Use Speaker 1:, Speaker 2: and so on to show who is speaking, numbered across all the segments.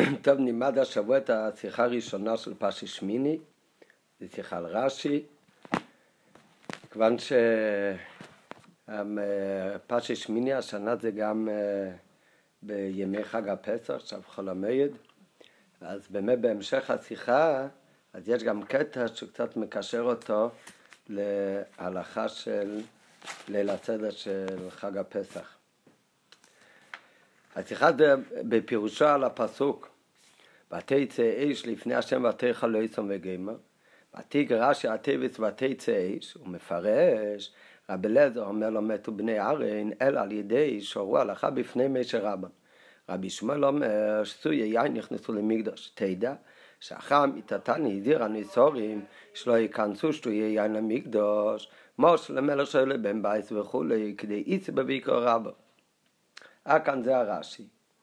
Speaker 1: טוב, נלמד השבוע את השיחה הראשונה של פרשת שמיני, זו שיחה על רש"י, כיוון שפרשת שמיני השנה זה גם בימי חג הפסח, עכשיו חול המועד, אז באמת בהמשך השיחה, אז יש גם קטע שקצת מקשר אותו להלכה של ליל הסדר של חג הפסח. השיחה זה בפירושו על הפסוק, ותצא אש לפני השם ותאכל לא ישום וגמר, ותיגר רש"י הטבעץ ותצא אש, הוא מפרש, רבי אליעזר אומר לו מתו בני ארן, אלא על ידי שורו הלכה בפני משה רבן. רבי שמואל אומר שסויי יין נכנסו למקדש, תדע שאחר מיתתני הזהיר הנסורים שלא ייכנסו שתויי יין למקדש, משה למלך שואל בן בית וכולי, כדי יצא בביקור רבו. כאן זה הרש"י.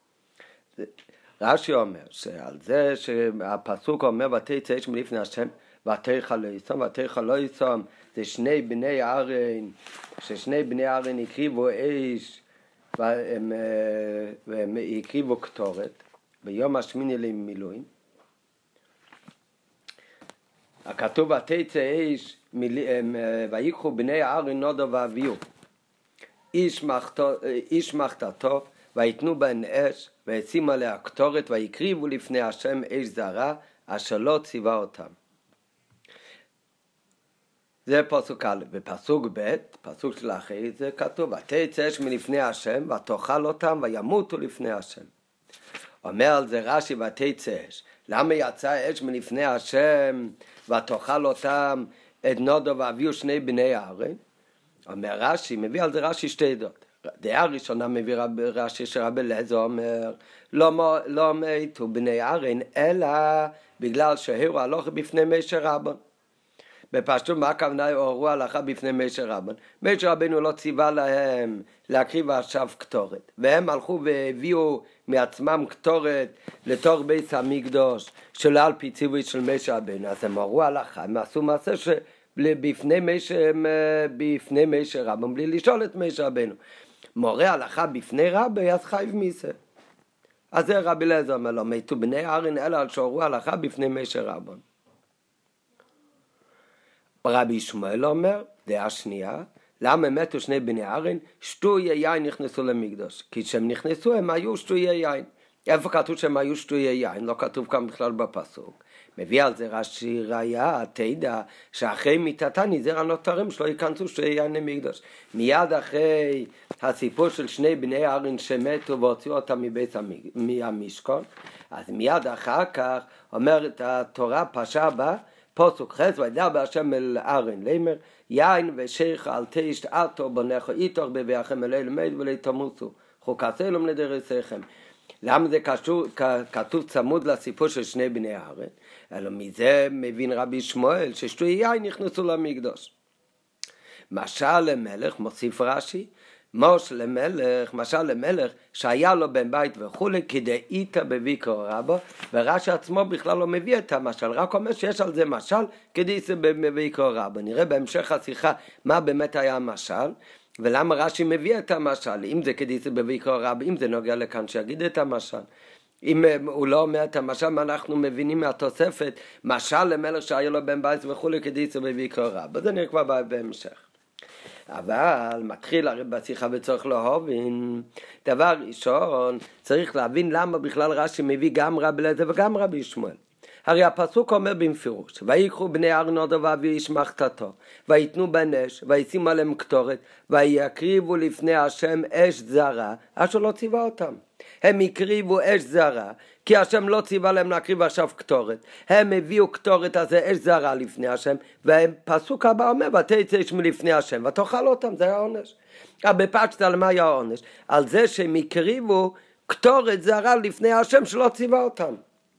Speaker 1: רש"י אומר שעל זה שהפסוק אומר ותצא אש מלפני השם ותאכל לא ישום, ותאכל לא ישום זה שני בני ארן, ששני בני ארן הקריבו אש והם הקריבו קטורת ביום השמיני למילואים. הכתוב ותצא אש ויקחו בני ארן נודו ואביהו איש מחתתו ויתנו בהן אש וישימו עליה קטורת ויקריבו לפני השם אש זרה אשר לא ציווה אותם. זה פסוק א'. בפסוק ב', פסוק של אחרי זה כתוב ותצא אש מלפני השם ותאכל אותם וימותו לפני השם. אומר על זה רש"י ותצא אש. למה יצא אש מלפני השם ותאכל אותם את נודו ואביהו שני בני ארן? אומר רש"י, מביא על זה רש"י שתי דעות. דעה ראשונה מביא רש"י שרבי אליעזר אומר לא מתו בני ארן אלא בגלל שהורו הלכה בפני משה רבן. בפשטות מה הכוונה הורו הלכה בפני משה רבן? משה רבנו לא ציווה להם להקריב עכשיו קטורת, והם הלכו והביאו מעצמם קטורת לתוך בית המקדש שלא על פי ציווי של משה רבנו, אז הם הורו הלכה, הם עשו מעשה בפני משה רבן בלי לשאול את משה רבנו. מורה הלכה בפני רבי אז חייב מיסה. אז זה רבי אליעזר אומר לו מתו בני ארן אלא על שהורו הלכה בפני משה רבן. רבי שמואל אומר דעה שנייה, למה מתו שני בני ארן? שתויי יין נכנסו למקדש, כי כשהם נכנסו הם היו שתויי יין. איפה כתוב שהם היו שתויי יין? לא כתוב כאן בכלל בפסוק. מביא על זה רש"י ראיה, תדע שאחרי מיתתני זרע הנותרים שלא ייכנסו שתויי יין למקדש. מיד אחרי הסיפור של שני בני ארן שמתו והוציאו אותם מהמשכן, אז מיד אחר כך אומרת התורה פרשה בה פסוק ח' וידבר בהשם אל ארן לאמר יין ושייך אל תשתעתו בניך איתך בביאכם אל למד ולתמוסו חוקתיכם לדרסיכם. למה זה כתוב צמוד לסיפור של שני בני ארן? אלא מזה מבין רבי שמואל ששתויי יין נכנסו למקדש. משל למלך, מוסיף רש"י, משל למלך שהיה לו בן בית וכולי כדי איתה בביקור רבו, ורש"י עצמו בכלל לא מביא את המשל, רק אומר שיש על זה משל כדי איתה בביקור רבו. נראה בהמשך השיחה מה באמת היה המשל ולמה רש"י מביא את המשל, אם זה כדי איתה בביקור רבו, אם זה נוגע לכאן שיגיד את המשל. אם הוא לא אומר את המשל, מה אנחנו מבינים מהתוספת משל למלך שהיה לו בן בית וכולי כדי איתה בביקור רבו. זה נראה כבר בהמשך. אבל מתחיל הרי בשיחה וצריך להבין, דבר ראשון צריך להבין למה בכלל רש"י מביא גם רבי אליעזר וגם רבי שמואל. הרי הפסוק אומר במפורש ויקחו בני ארן נודו ואביהו איש מחתתו ויתנו בהן אש וישימו עליהם קטורת ויקריבו לפני השם אש זרה אשר לא ציווה אותם. הם הקריבו אש זרה כי השם לא ציווה להם להקריב עכשיו קטורת, הם הביאו קטורת אז אש זרה לפני השם, והפסוק הבא אומר ותצא אש מלפני השם ותאכל אותם, זה היה העונש. בפשטות על מה היה העונש? על זה שהם הקריבו קטורת זרה לפני השם שלא ציווה אותם.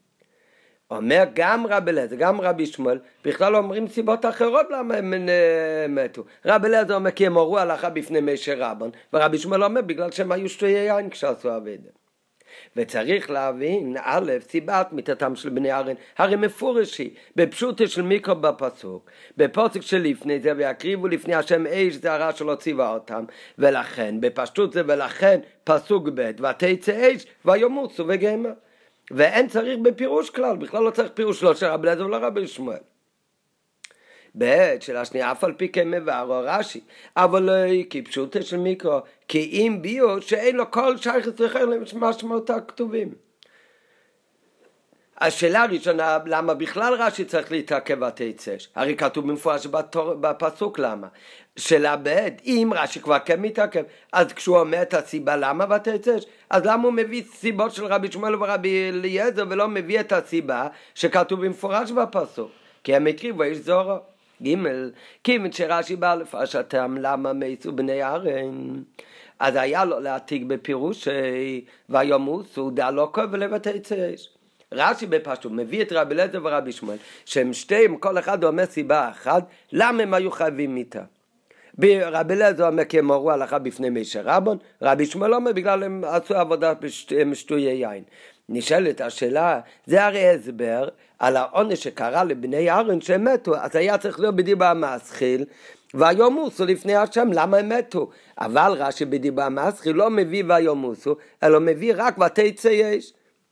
Speaker 1: אומר גם רבי אליעזר, גם רבי שמואל, בכלל אומרים סיבות אחרות למה הם מתו. רבי אליעזר אומר כי הם הורו הלכה בפני משה רבן, ורבי שמואל אומר בגלל שהם היו שתויי יין כשעשו עבודה. וצריך להבין, א', סיבת מיתתם של בני ארן, הרי מפורש היא, בפשוטו של מיקרו בפסוק, בפסוק שלפני זה, ויקריבו לפני השם אש זרה שלא ציווה אותם, ולכן, בפשטות זה ולכן, פסוק ב' ותצא אש, וימוסו וגמר. ואין צריך בפירוש כלל, בכלל לא צריך פירוש לא של רבי אליעזר ולא רבי שמואל. בעת של השנייה, אף על פי כן מבאר רש"י, אבל לא כפשוטו של מיקרו, כי אם ביו שאין לו כל שייכות אחר למשמעות הכתובים. השאלה הראשונה, למה בכלל רש"י צריך להתעכב ותצש? הרי כתוב במפורש בפסוק למה. שאלה ב', אם רש"י כבר כן מתעכב, אז כשהוא אומר את הסיבה למה ותצש, אז למה הוא מביא סיבות של רבי שמואל ורבי אליעזר ולא מביא את הסיבה שכתוב במפורש בפסוק? כי הם הקריבו איש זורו. ג' כיוון שרש"י בא לפרשתם למה מתו בני ארן, אז היה לו להעתיק בפירוש וימוסו דלוקו ולבתצש. רש"י בפשטות מביא את רבי אליעזר ורבי שמואל, שהם שתיהם, כל אחד אומר סיבה אחת, למה הם היו חייבים מיתה. רבי אליעזר אומר כי הם הורו הלכה בפני משה רבן, רבי שמואל אומר בגלל הם עשו עבודה בשטויי יין. נשאלת השאלה, זה הרי הסבר על העונש שקרה לבני ארן שהם מתו, אז היה צריך להיות בדיבה המסחיל, ויומוסו לפני השם, למה הם מתו? אבל רש"י בדיבה המסחיל לא מביא ויומוסו, אלא מביא רק ותצייש.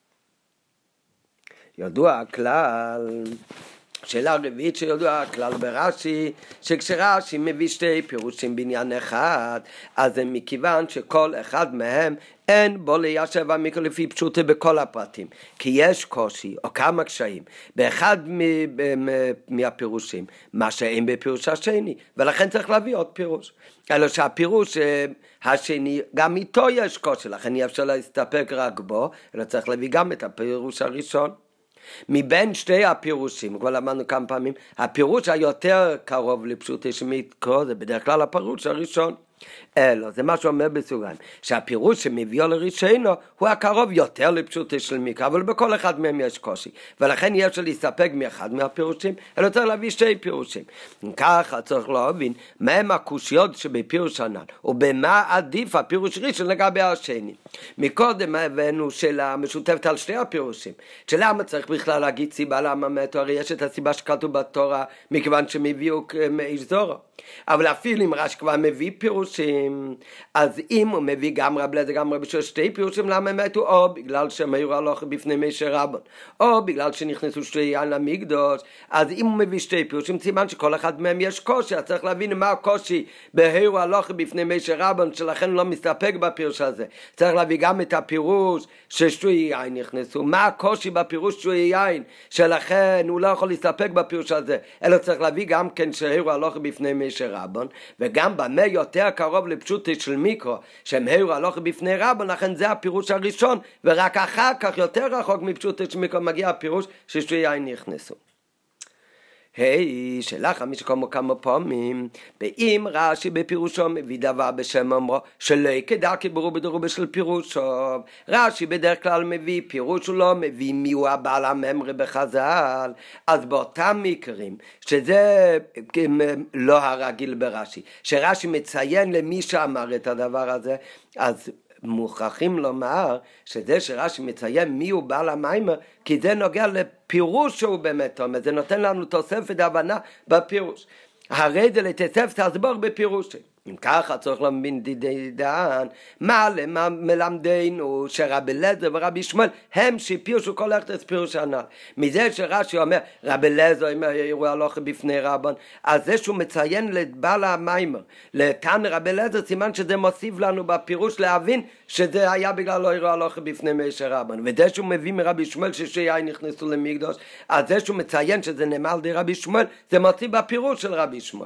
Speaker 1: ידוע הכלל, שאלה רביעית שידוע הכלל ברש"י, שכשרש"י מביא שתי פירושים בעניין אחד, אז זה מכיוון שכל אחד מהם אין בו ליישב המקרא לפי פשוטו בכל הפרטים, כי יש קושי או כמה קשיים באחד מהפירושים, מה שאין בפירוש השני, ולכן צריך להביא עוד פירוש. אלא שהפירוש השני, גם איתו יש קושי, לכן אי אפשר להסתפק רק בו, אלא צריך להביא גם את הפירוש הראשון. מבין שתי הפירושים, כבר למדנו כמה פעמים, הפירוש היותר קרוב לפשוטו של מיקרו זה בדרך כלל הפירוש הראשון. אלא, זה מה שאומר בסוגריים, שהפירוש שמביאו לראשינו הוא הקרוב יותר לפשוטו של מיקרו, אבל בכל אחד מהם יש קושי, ולכן יש להסתפק מאחד מהפירושים, אלא צריך להביא שתי פירושים. ככה צריך להבין מהם הקושיות שבפירוש הנ"ל, ובמה עדיף הפירוש ראשון לגבי השני. מקודם הבאנו שאלה משותפת על שתי הפירושים, שלמה צריך בכלל להגיד סיבה למה מתו, הרי יש את הסיבה שכתוב בתורה, מכיוון שהם הביאו מאיש זורו. אבל אפילו אם רש"י כבר מביא פירושים, אז אם הוא מביא גם רבי אליעזר גם רבי שמואל שתי פירושים, למה הם מתו? או בגלל שהם היו הלכה בפני משה רבן, או בגלל שנכנסו שטויי יין למקדש. אז אם הוא מביא שתי פירושים, סימן שכל אחד מהם יש קושי, אז צריך להבין מה הקושי בהיו הלכה בפני משה רבן, שלכן לא מסתפק בפירוש הזה. צריך להביא גם את הפירוש ששטויי יין נכנסו, מה הקושי בפירוש שטויי יין, שלכן הוא לא יכול להסתפק בפירוש הזה, אלא צריך להביא גם כן שהיו הלכה בפני משה רבן, וגם במה יותר קרוב לפשוטו של מיקרו, שהם היו הלכה בפני רבן, לכן זה הפירוש הראשון, ורק אחר כך יותר רחוק מפשוטו של מיקרו מגיע הפירוש ששטויי יין נכנסו. שאלה חמישית כמה פעמים, באם רש"י בפירושו מביא דבר בשם אומרו, שלא כדאי כברו בדרובה של פירושו. רש"י בדרך כלל מביא פירוש, הוא לא מביא מי הוא הבעל הממרי בחז"ל. אז באותם מקרים, שזה לא הרגיל ברש"י, שרש"י מציין למי שאמר את הדבר הזה, אז מוכרחים לומר שזה שרש"י מציין מי הוא בעל המיימר, כי זה נוגע לפירוש שהוא באמת אומר, זה נותן לנו תוספת הבנה בפירוש. הרי זה לתוספת הסבור בפירוש. אם ככה צריך להבין דידן, מה מלמדנו שרבי אליעזר ורבי שמואל הם שפירשו כל אחד פירוש הנ"ל. מזה שרש"י אומר רבי אליעזר אומר יראו הלכה בפני רבן, אז זה שהוא מציין לבעל המיימר לתנא רבי אליעזר, סימן שזה מוסיף לנו בפירוש להבין שזה היה בגלל לא יראו הלכה בפני משה רבן. וזה שהוא מביא מרבי שמואל ששטויי יין נכנסו למקדש, אז זה שהוא מציין שזה נאמר על ידי רבי שמואל, זה מוסיף בפירוש של רבי שמואל.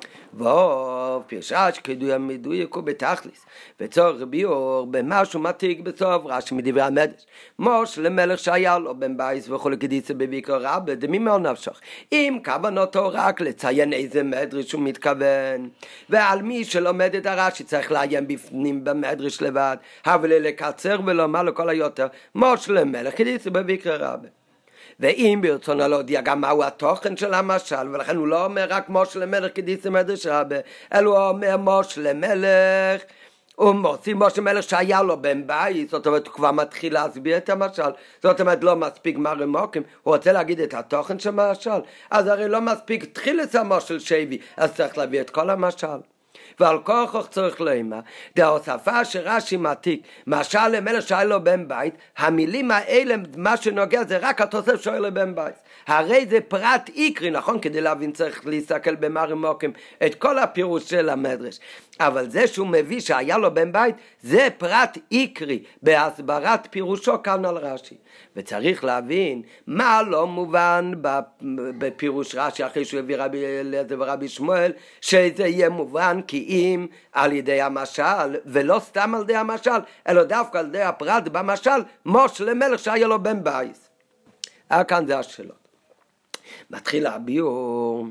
Speaker 1: פירשה שכדוי מדויק בתכליס, וצורך ביאור במשהו מתיק בסוף רש"י מדברי המדרש, משה למלך שהיה לו בן בייס וכל קדיצה בביקור רבה דמימר נפשך, אם כוונתו רק לציין איזה מדרש הוא מתכוון, ועל מי שלומד את הרש"י צריך לעיין בפנים במדרש לבד, אבל לקצר ולומר לכל היותר משה למלך קדיצה בביקור רבה. ואם ברצונו להודיע גם מהו התוכן של המשל, ולכן הוא לא אומר רק משה למלך קדיצה מדרש רבה, אלא הוא אומר משה למלך, הוא מוסיף משה למלך שהיה לו בן בית, זאת אומרת הוא כבר מתחיל להסביר את המשל, זאת אומרת לא מספיק מרמוקים, הוא רוצה להגיד את התוכן של המשל, אז הרי לא מספיק תחילת המשל שבי, אז צריך להביא את כל המשל. ועל כוח צריך לומר, ההוספה שרש"י מעתיק, משל למלך שהיה לו בן בית, המילים האלה, מה שנוגע זה רק התוספת שהיה לו בן בית. הרי זה פרט עיקרי, נכון? כדי להבין צריך להסתכל במאמרים מוקים את כל הפירוש של המדרש. אבל זה שהוא מביא שהיה לו בן בית, זה פרט עיקרי בהסברת פירושו כאן על רש"י. וצריך להבין מה לא מובן בפירוש רש"י אחרי שהוא הביא רבי אליעזר ורבי שמואל, שזה יהיה מובן כי אם על ידי המשל, ולא סתם על ידי המשל, אלא דווקא על ידי הפרט במשל, משה למלך שהיה לו בן בית. כאן זה השאלות. מתחיל הביאור.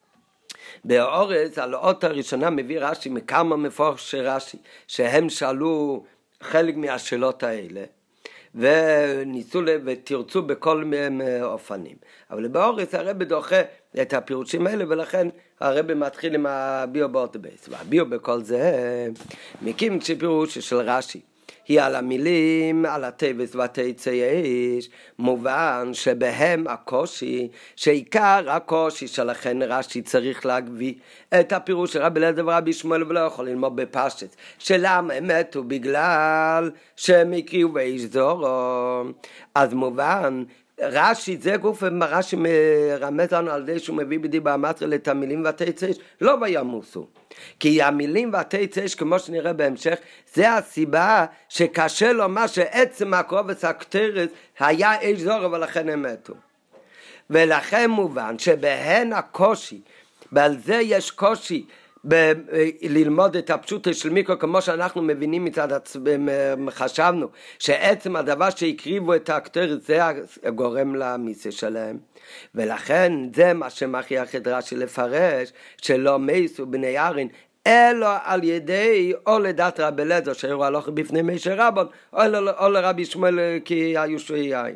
Speaker 1: באורץ על האות הראשונה מביא רש"י מכמה מפורשי רש"י שהם שאלו חלק מהשאלות האלה וניסו ותרצו בכל אופנים, אבל באורץ הרב דוחה את הפירושים האלה ולכן הרב מתחיל עם הביאור באותו בייס. והביאור בכל זה מקים פירוש של רש"י היא על המילים, על הטבס והתצא יש, מובן שבהם הקושי, שעיקר הקושי שלכן רש"י צריך להגביא את הפירוש של רבי אליעזר ורבי שמואל ולא יכול ללמוד בפשט. שלמה הם מתו בגלל שהם הקריאו ואיש זורו. אז מובן, רש"י זה גוף רש"י מרמז לנו על זה שהוא מביא בדיבר המטרל את המילים והתצא יש, לא וימוסו. כי המילים והתצא יש כמו שנראה בהמשך, זה הסיבה שקשה לומר שעצם הקובץ הכתרת היה איש זורו ולכן הם מתו. ולכן מובן שבהן הקושי, ועל זה יש קושי ללמוד את הפשוט של מיקרו כמו שאנחנו מבינים מצד חשבנו שעצם הדבר שהקריבו את הכתרת זה גורם למיסה שלהם, ולכן זה מה שמכריח את רש"י לפרש שלא מייסו בני ארין אלא על ידי או לדת רבי אליעזר שהראו הלוך בפני משה רבון או לרבי שמואל כי היו שוי יין.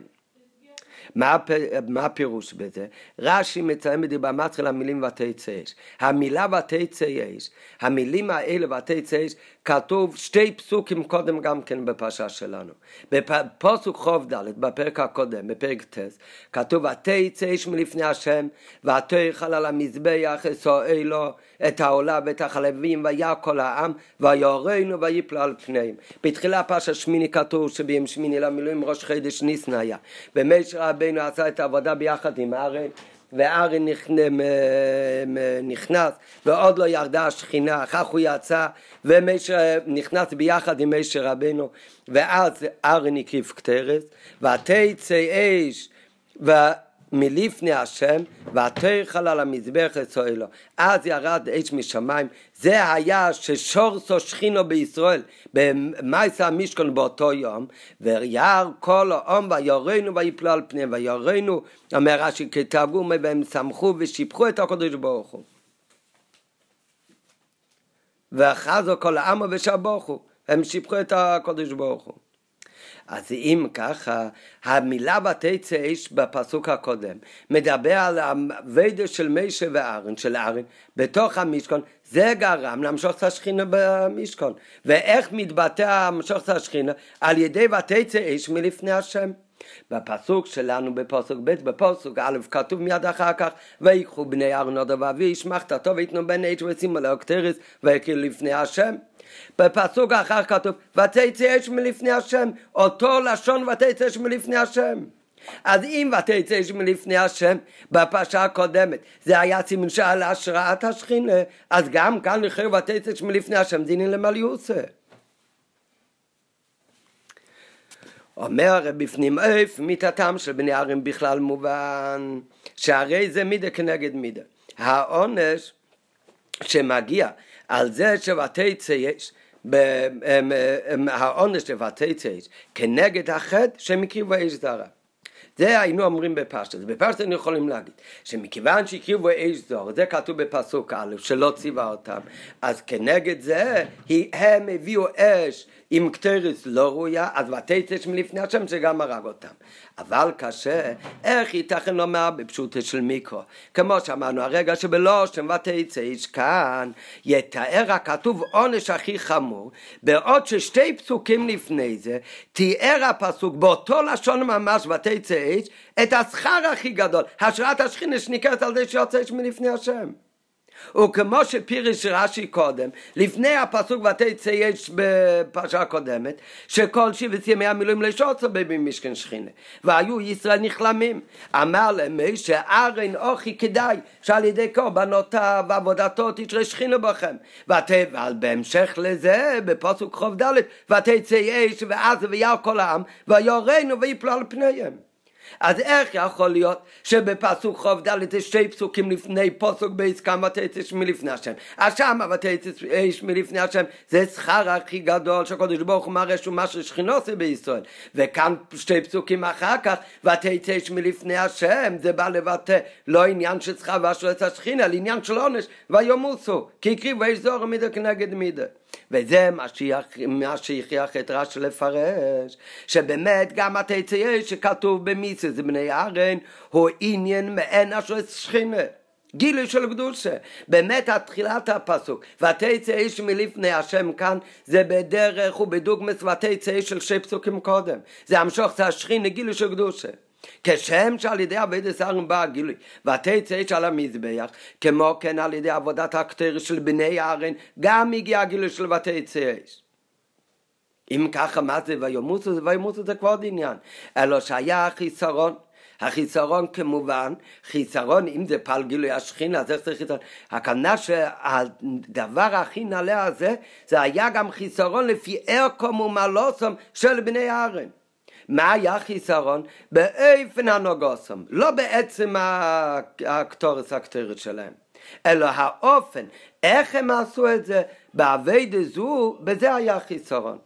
Speaker 1: מה הפירוש בזה? רש"י מציין בדיבר מתחיל המילים ותצא יש. המילה ותצא יש, המילים האלה ותצא יש, כתוב שתי פסוקים קודם גם כן בפרשה שלנו. בפסוק חוב ד' בפרק הקודם, בפרק ט', כתוב ותצא יש מלפני השם, ותאכל על המזבח אשא לו את העולה ואת החלבים והיה כל העם ויורנו ויפלו על פניהם. בתחילה פרשה שמיני כתוב שביום שמיני למילואים ראש חודש ניסן היה, ומשה רבינו עשה את העבודה ביחד עם אהרן, ואהרן נכנס ועוד לא ירדה השכינה, אחר הוא יצא ומשה נכנס ביחד עם משה רבינו, ואז אהרן הקריב כתרת ותצא אש מלפני השם ותאכל על המזבח אשא לו, אז ירד אש משמיים. זה היה ששורסו שכינו בישראל במעשה המשכן באותו יום, וירא כל העם ויראנו ויפלו על פניהם, ויראנו אומר רש"י כתרגום והם שמחו ושיבחו את הקדוש ברוך הוא, ואחזו כל העם ושבחו, הם שיבחו את הקדוש ברוך הוא. אז אם ככה, המילה ותצא אש בפסוק הקודם מדבר על הוידה של משה ואהרן, של אהרן בתוך המשכן, זה גרם למשוך את השכינה במשכן. ואיך מתבטא המשוך את השכינה? על ידי ותצא אש מלפני השם. בפסוק שלנו בפסוק ב', בפסוק א' כתוב מיד אחר כך ויקחו בני אהרן נדב ואביש מחתתו ויתנו בן אש ושימו לו כתרת ויקריאו לפני השם. בפסוק אחר כתוב ותצא אש מלפני השם, אותו לשון ותצא אש מלפני השם. אז אם ותצא אש מלפני השם בפרשה הקודמת זה היה סימן שעל השראת השכינה, אז גם כאן לכאורה ותצא אש מלפני השם דינין למליוסה. אומר בפנים איף מיתתם של בני אהרן בכלל מובן שהרי זה מידה כנגד מידה. העונש שמגיע על זה שוותצא יש, העונש שוותצא יש כנגד החטא שהם הקריבו אש זרה. זה היינו אומרים בפשט. בפשט אנחנו יכולים להגיד שמכיוון שהקריבו אש זרה, זה כתוב בפסוק א' שלא ציווה אותם, אז כנגד זה הם הביאו אש עם כתרת לא ראויה, אז ותצא אש מלפני השם שגם הרג אותם. אבל קשה, איך ייתכן לומר בפשוטו של מיקרו? כמו שאמרנו הרגע שבלא שם ותצא אש כאן יתאר הכתוב עונש הכי חמור, בעוד ששתי פסוקים לפני זה תיאר הפסוק באותו לשון ממש ותצא אש את השכר הכי גדול, השראת השכינה שניכרת על זה שיוצא אש מלפני השם. וכמו שפירש רש"י קודם, לפני הפסוק ותצא יש בפרשה הקודמת, שכל 7 ימי המילואים לשוצו במשכן שכינה, והיו ישראל נכלמים. אמר למי שארן אוכי כדאי, שעל ידי קורבנותיו ועבודתו תשרה שכינה בכם. אבל בהמשך לזה, בפסוק חוב ד' ותצא אש ואז וירא כל העם, ויראנו ויפלו על פניהם. אז איך יכול להיות שבפסוק חוב ד' יש 2 פסוקים לפני פסוק בייס כמה ותצא מלפני השם, אז שמה ותצא אש מלפני השם זה שכר הכי גדול שהקדוש ברוך הוא מראה שהוא משהו שכינה עושה בישראל, וכאן 2 פסוקים אחר כך ותצא אש מלפני השם זה בא לבטא לא עניין של שכר והשלט השכינה, אלא עניין של עונש וימוסו כי הקריבו אש זוהר מידה כנגד מידה. וזה מה שהכריח את רש"י לפרש, שבאמת גם התצא אש שכתוב במיסה זה בני אהרון הוא עניין מעין השלט שכינה, גילוי של קדושה. באמת התחילת הפסוק ותצא אש מלפני השם כאן זה בדרך ובדוגמס ותצא אש של 2 פסוקים קודם, זה המשוך זה השכינה גילוי של קדושה. כשם שעל ידי עבודת אהרון בא הגילוי ותצא אש על המזבח, כמו כן על ידי עבודת הקטורת של בני אהרון גם הגיע הגילוי של ותצא אש. אם ככה מה זה וימוסו? וימוסו זה כבר עוד עניין, אלא שהיה החיסרון כמובן, חיסרון אם זה פעל גילוי השכינה, אז איך זה חיסרון? הכוונה שהדבר הכי נעלה הזה זה היה גם חיסרון לפי ערכם ומעלתם של בני אהרון. מה היה חיסרון? באופן הנוגוסם, לא בעצם הקטורת שלהם, אלא האופן, איך הם עשו את זה, בעבודה זו, בזה היה חיסרון.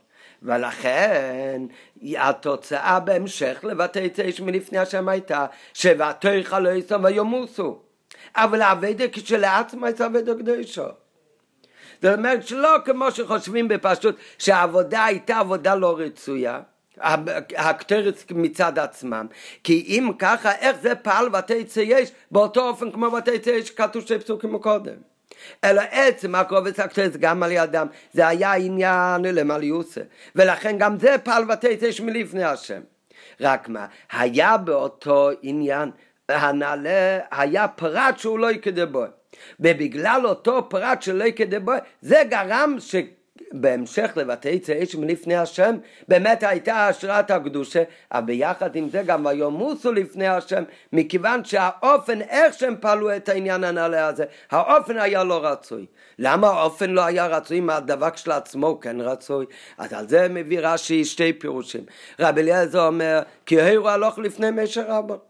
Speaker 1: ולכן התוצאה בהמשך לבתצא אש מלפני השם הייתה שוותאכל לא יסום וימוסו, אבל העבודה כשלעצמה הייתה עבודה קדושה. זאת אומרת שלא כמו שחושבים בפשטות שהעבודה הייתה עבודה לא רצויה, הקטורת מצד עצמם, כי אם ככה איך זה פעל ותצא אש באותו אופן כמו ותצא אש כתוב 2 פסוקים קודם, אלא עצם הקובץ הקטורת גם על ידם זה היה עניין למעליוסה, ולכן גם זה פעל ותצא אש מלפני השם. רק מה היה באותו עניין הנעלה היה פרט שהוא לא יקדה בו, ובגלל אותו פרט שלא יקדה בו זה גרם בהמשך לבתצא אש מלפני השם באמת הייתה השראת הקדושה, אבל ביחד עם זה גם וימוסו לפני השם, מכיוון שהאופן איך שהם פעלו את העניין הנעלה הזה, האופן היה לא רצוי. למה האופן לא היה רצוי? מה הדבק של עצמו כן רצוי? אז על זה מביא רש"י 2 פירושים. רבי אליעזר אומר כי הירו הלוך לפני משה רבן,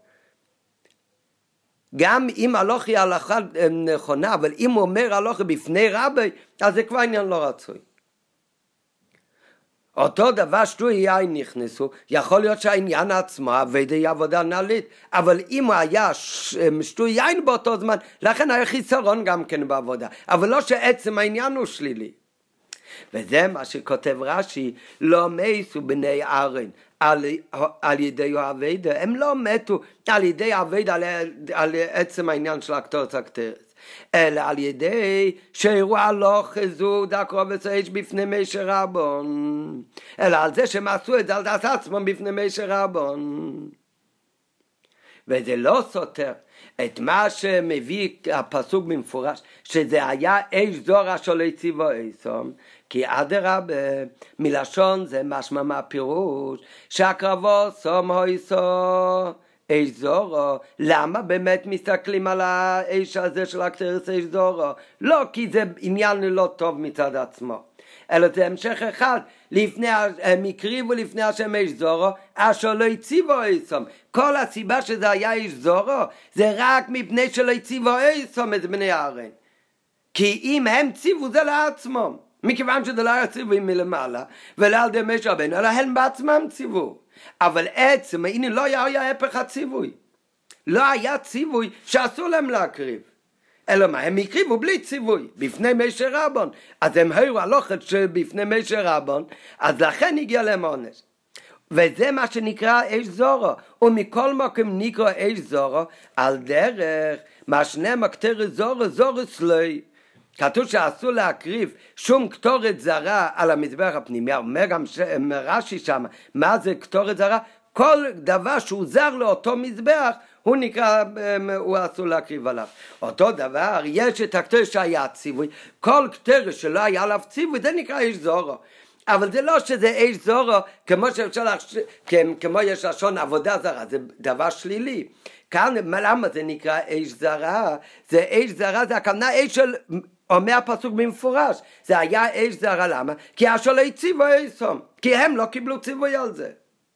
Speaker 1: גם אם הלוך היא הלכה נכונה, אבל אם הוא אומר הלוך בפני רבי אז זה כבר עניין לא רצוי. אותו דבר שטוי יין נכנסו, יכול להיות שהעניין עצמו עבודה נעלית, אבל אם הוא היה שטוי יין באותו זמן, לכן היה חיסרון גם כן בעבודה, אבל לא שעצם העניין הוא שלילי. וזה מה שכותב רש"י, לא מתו בני אהרון על ידי העבודה, הם לא מתו על ידי העבודה על עצם העניין של הקטורת, אלא על ידי שהראו הלוך זו דקרובץ אש בפני משה רבון, אלא על זה שהם עשו את זה על דעת עצמם בפני משה רבון. וזה לא סותר את מה שמביא הפסוק במפורש, שזה היה אש זורה שלא הציבו אסום, כי אדרבה מלשון זה משמע מהפירוש שהקרבו סום הויסו אש זורו. למה באמת מסתכלים על האש הזה של הקטורת אש זורו? לא כי זה עניין לא טוב מצד עצמו, אלא זה המשך אחד, הם הקריבו לפני השם אש זורו אשר לא הציבו אסום. כל הסיבה שזה היה אש זורו זה רק מפני שלא הציבו אסום את בני אהרון, כי אם הם ציבו זה לעצמם, מכיוון שזה לא היה ציווי מלמעלה ולא על ידי משה רבנו, אלא הם בעצמם ציוו. אבל עצם הנה לא היה הפך הציווי, לא היה ציווי שאסור להם להקריב, אלא מה, הם הקריבו בלי ציווי בפני משה רבון, אז הם היו הלוכת שבפני משה רבון, אז לכן הגיע להם עונש. וזה מה שנקרא אש זורו, ומכל מקום נקרא אש זורו על דרך מה שנאמר קטורת זורו זורו סלוי. כתוב שאסור להקריב שום קטורת זרה על המזבח הפנימי. אומר גם רש"י שם, מה זה קטורת זרה? כל דבר שהוא זר לאותו מזבח הוא נקרא, הוא אסור להקריב עליו. אותו דבר, יש את הכתר שהיה ציווי, כל כתר שלא היה עליו ציווי, זה נקרא איש זורו. אבל זה לא שזה איש זורו, כמו יש לשון עבודה זרה, זה דבר שלילי. כאן, למה זה נקרא איש זרה? זה איש זרה, זה הכוונה איש של, אומר הפסוק במפורש, זה היה איש זרה, למה? כי השולחי ציווי איסום, כי הם לא קיבלו ציווי על זה.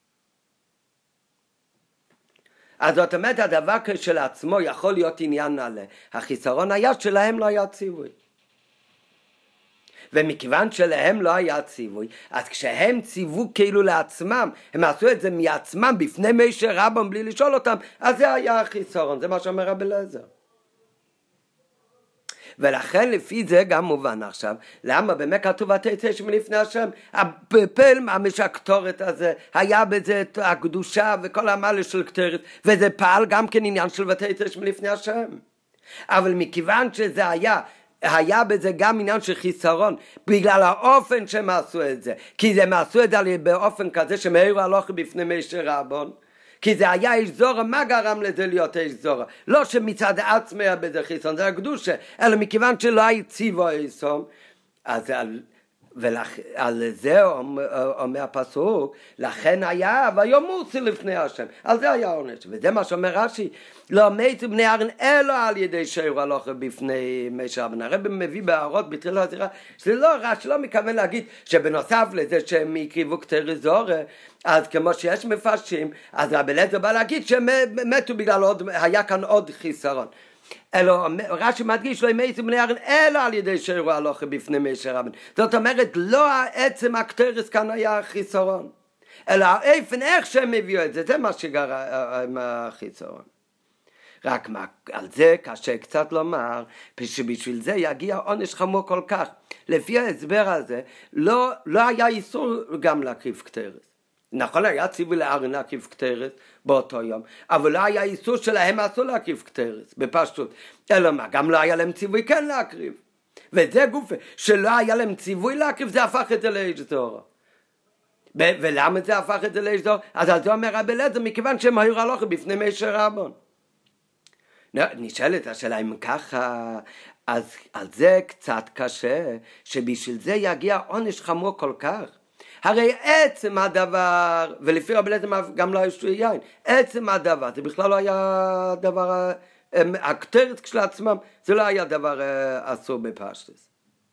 Speaker 1: אז זאת אומרת, הדבר כשלעצמו יכול להיות עניין נעלה. החיסרון היה שלהם לא היה ציווי. ומכיוון שלהם לא היה ציווי, אז כשהם ציוו כאילו לעצמם, הם עשו את זה מעצמם בפני משה רבן בלי לשאול אותם, אז זה היה החיסרון, זה מה שאומר רבי אליעזר. ולכן לפי זה גם מובן עכשיו, למה באמת כתוב ותצא מלפני השם, הפעל המשקטורת הזה, היה בזה הקדושה וכל המעלה של קטרת, וזה פעל גם כן עניין של ותצא מלפני השם. אבל מכיוון שזה היה בזה גם עניין של חיסרון, בגלל האופן שהם עשו את זה, כי הם עשו את זה באופן כזה שמאירו הלוכי בפני משה רבן, כי זה היה איש זורה, מה גרם לזה להיות איש זורה? לא שמצד עצמי היה בזה חיסרון, זה הקדושה, אלא מכיוון שלא היה ציווי איסום, אז על זה אומר הפסוק, לכן היה וימוסו לפני השם, על זה היה עונש, וזה מה שאומר רש"י, לא מתו בני אהרון אלא על ידי שיעור הלכה בפני משה רבן. הרב מביא בהערות בתחילת השיחה, שזה לא רש"י לא מתכוון להגיד שבנוסף לזה שהם הקריבו כתר זורה, אז כמו שיש מפרשים, אז רבי אליעזר בא להגיד שהם מתו בגלל היה כאן עוד חיסרון. אלא רש"י מדגיש לא מתו בני אהרון אלא על ידי שיעור הלכה בפני משה רבן. זאת אומרת לא עצם הכתרס כאן היה חיסרון, אלא האופן איך שהם הביאו את זה, זה מה שגרם החיסרון. רק מה, על זה קשה קצת לומר, שבשביל זה יגיע עונש חמור כל כך. לפי ההסבר הזה, לא היה איסור גם להקריב כתרת. נכון, היה ציווי לאהרון להקריב כתרת באותו יום, אבל לא היה איסור שלהם אסור להקריב כתרת, בפשטות. אלא מה, גם לא היה להם ציווי כן להקריב. וזה גופה, שלא היה להם ציווי להקריב, זה הפך את זה לאיש זורה. ולמה זה הפך את זה לאיש זורה? אז על זה אומר רבי אליעזר, מכיוון שהם היו הלכה בפני משה רבן. נשאלת השאלה אם ככה, אז על זה קצת קשה, שבשביל זה יגיע עונש חמור כל כך. הרי עצם הדבר, ולפי רבי אליעזר גם לא היה שתוי יין, עצם הדבר, זה בכלל לא היה דבר, הכתרת כשלעצמם, זה לא היה דבר אסור בפשטוס.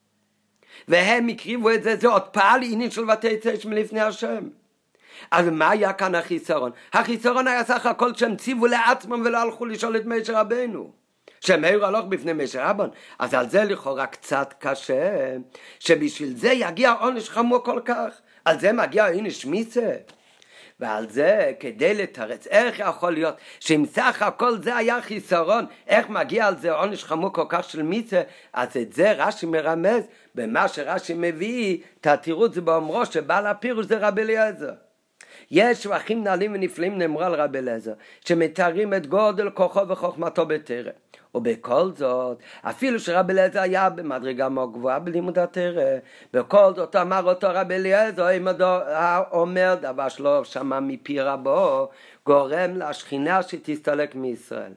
Speaker 1: והם הקריבו את זה, זה עוד פעל עניין של ותצא מלפני השם. אז מה היה כאן החיסרון? החיסרון היה סך הכל שהם ציוו לעצמם ולא הלכו לשאול את משה רבנו. שהם היו הלוך בפני משה רבן. אז על זה לכאורה קצת קשה, שבשביל זה יגיע עונש חמור כל כך. על זה מגיע עונש מיסה. ועל זה כדי לתרץ, איך יכול להיות שאם סך הכל זה היה חיסרון, איך מגיע על זה עונש חמור כל כך של מיסה? אז את זה רש"י מרמז, במה שרש"י מביא, תתירוץ זה באומרו שבעל הפירוש זה רבי אליעזר. יש שבחים נעלים ונפלאים נאמרו על רבי אליעזר, שמתארים את גודל כוחו וחוכמתו בתורה. ובכל זאת, אפילו שרבי אליעזר היה במדרגה מאוד גבוהה בלימוד התורה, בכל זאת אמר אותו רבי אליעזר, אומר דבר שלא שמע מפי רבו, גורם לשכינה שתסתלק מישראל.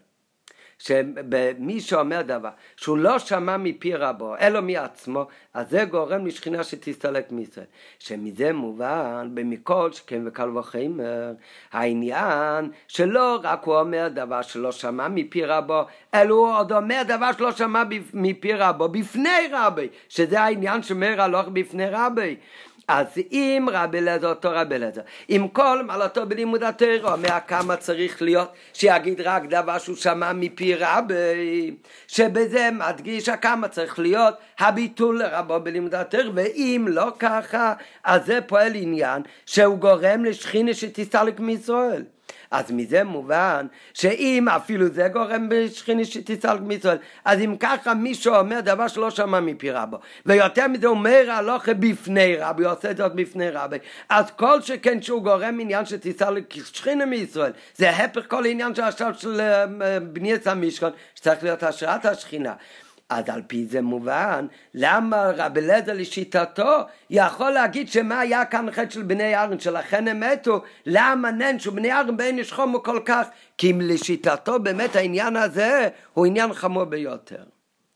Speaker 1: שמי שאומר דבר שהוא לא שמע מפי רבו אלא מעצמו, אז זה גורם לשכינה שתסתלק מישראל. שמזה מובן במכל שכן וקל וחומר העניין שלא רק הוא אומר דבר שלא שמע מפי רבו, אלא הוא עוד אומר דבר שלא שמע מפי רבו בפני רבי, שזה העניין שמר הלוך בפני רבי. אז אם רבי אליעזר, אותו רבי אליעזר, עם כל מעלתו בלימוד התורה, אומר כמה צריך להיות שיגיד רק דבר שהוא שמע מפי רבי, שבזה מדגיש כמה צריך להיות הביטול לרבו בלימוד התורה, ואם לא ככה, אז זה פועל עניין שהוא גורם לשכינה שתסתלק מישראל. אז מזה מובן שאם אפילו זה גורם בשכינה שתסתלק מישראל, אז אם ככה מישהו אומר דבר שלא שמע מפי רבו, ויותר מזה אומר הלכה בפני רבי, עושה את זאת בפני רבי, אז כל שכן שהוא גורם עניין שתסתלק שכינה מישראל, זה הפך כל עניין של בניית המשכן, שצריך להיות השראת השכינה. אז על פי זה מובן, למה רבי אליעזר לשיטתו יכול להגיד שמה היה כאן חטא של בני אהרון, שלכן הם מתו, למה ננשו בני אהרון באין איש חמור כל כך? כי אם לשיטתו באמת העניין הזה הוא עניין חמור ביותר.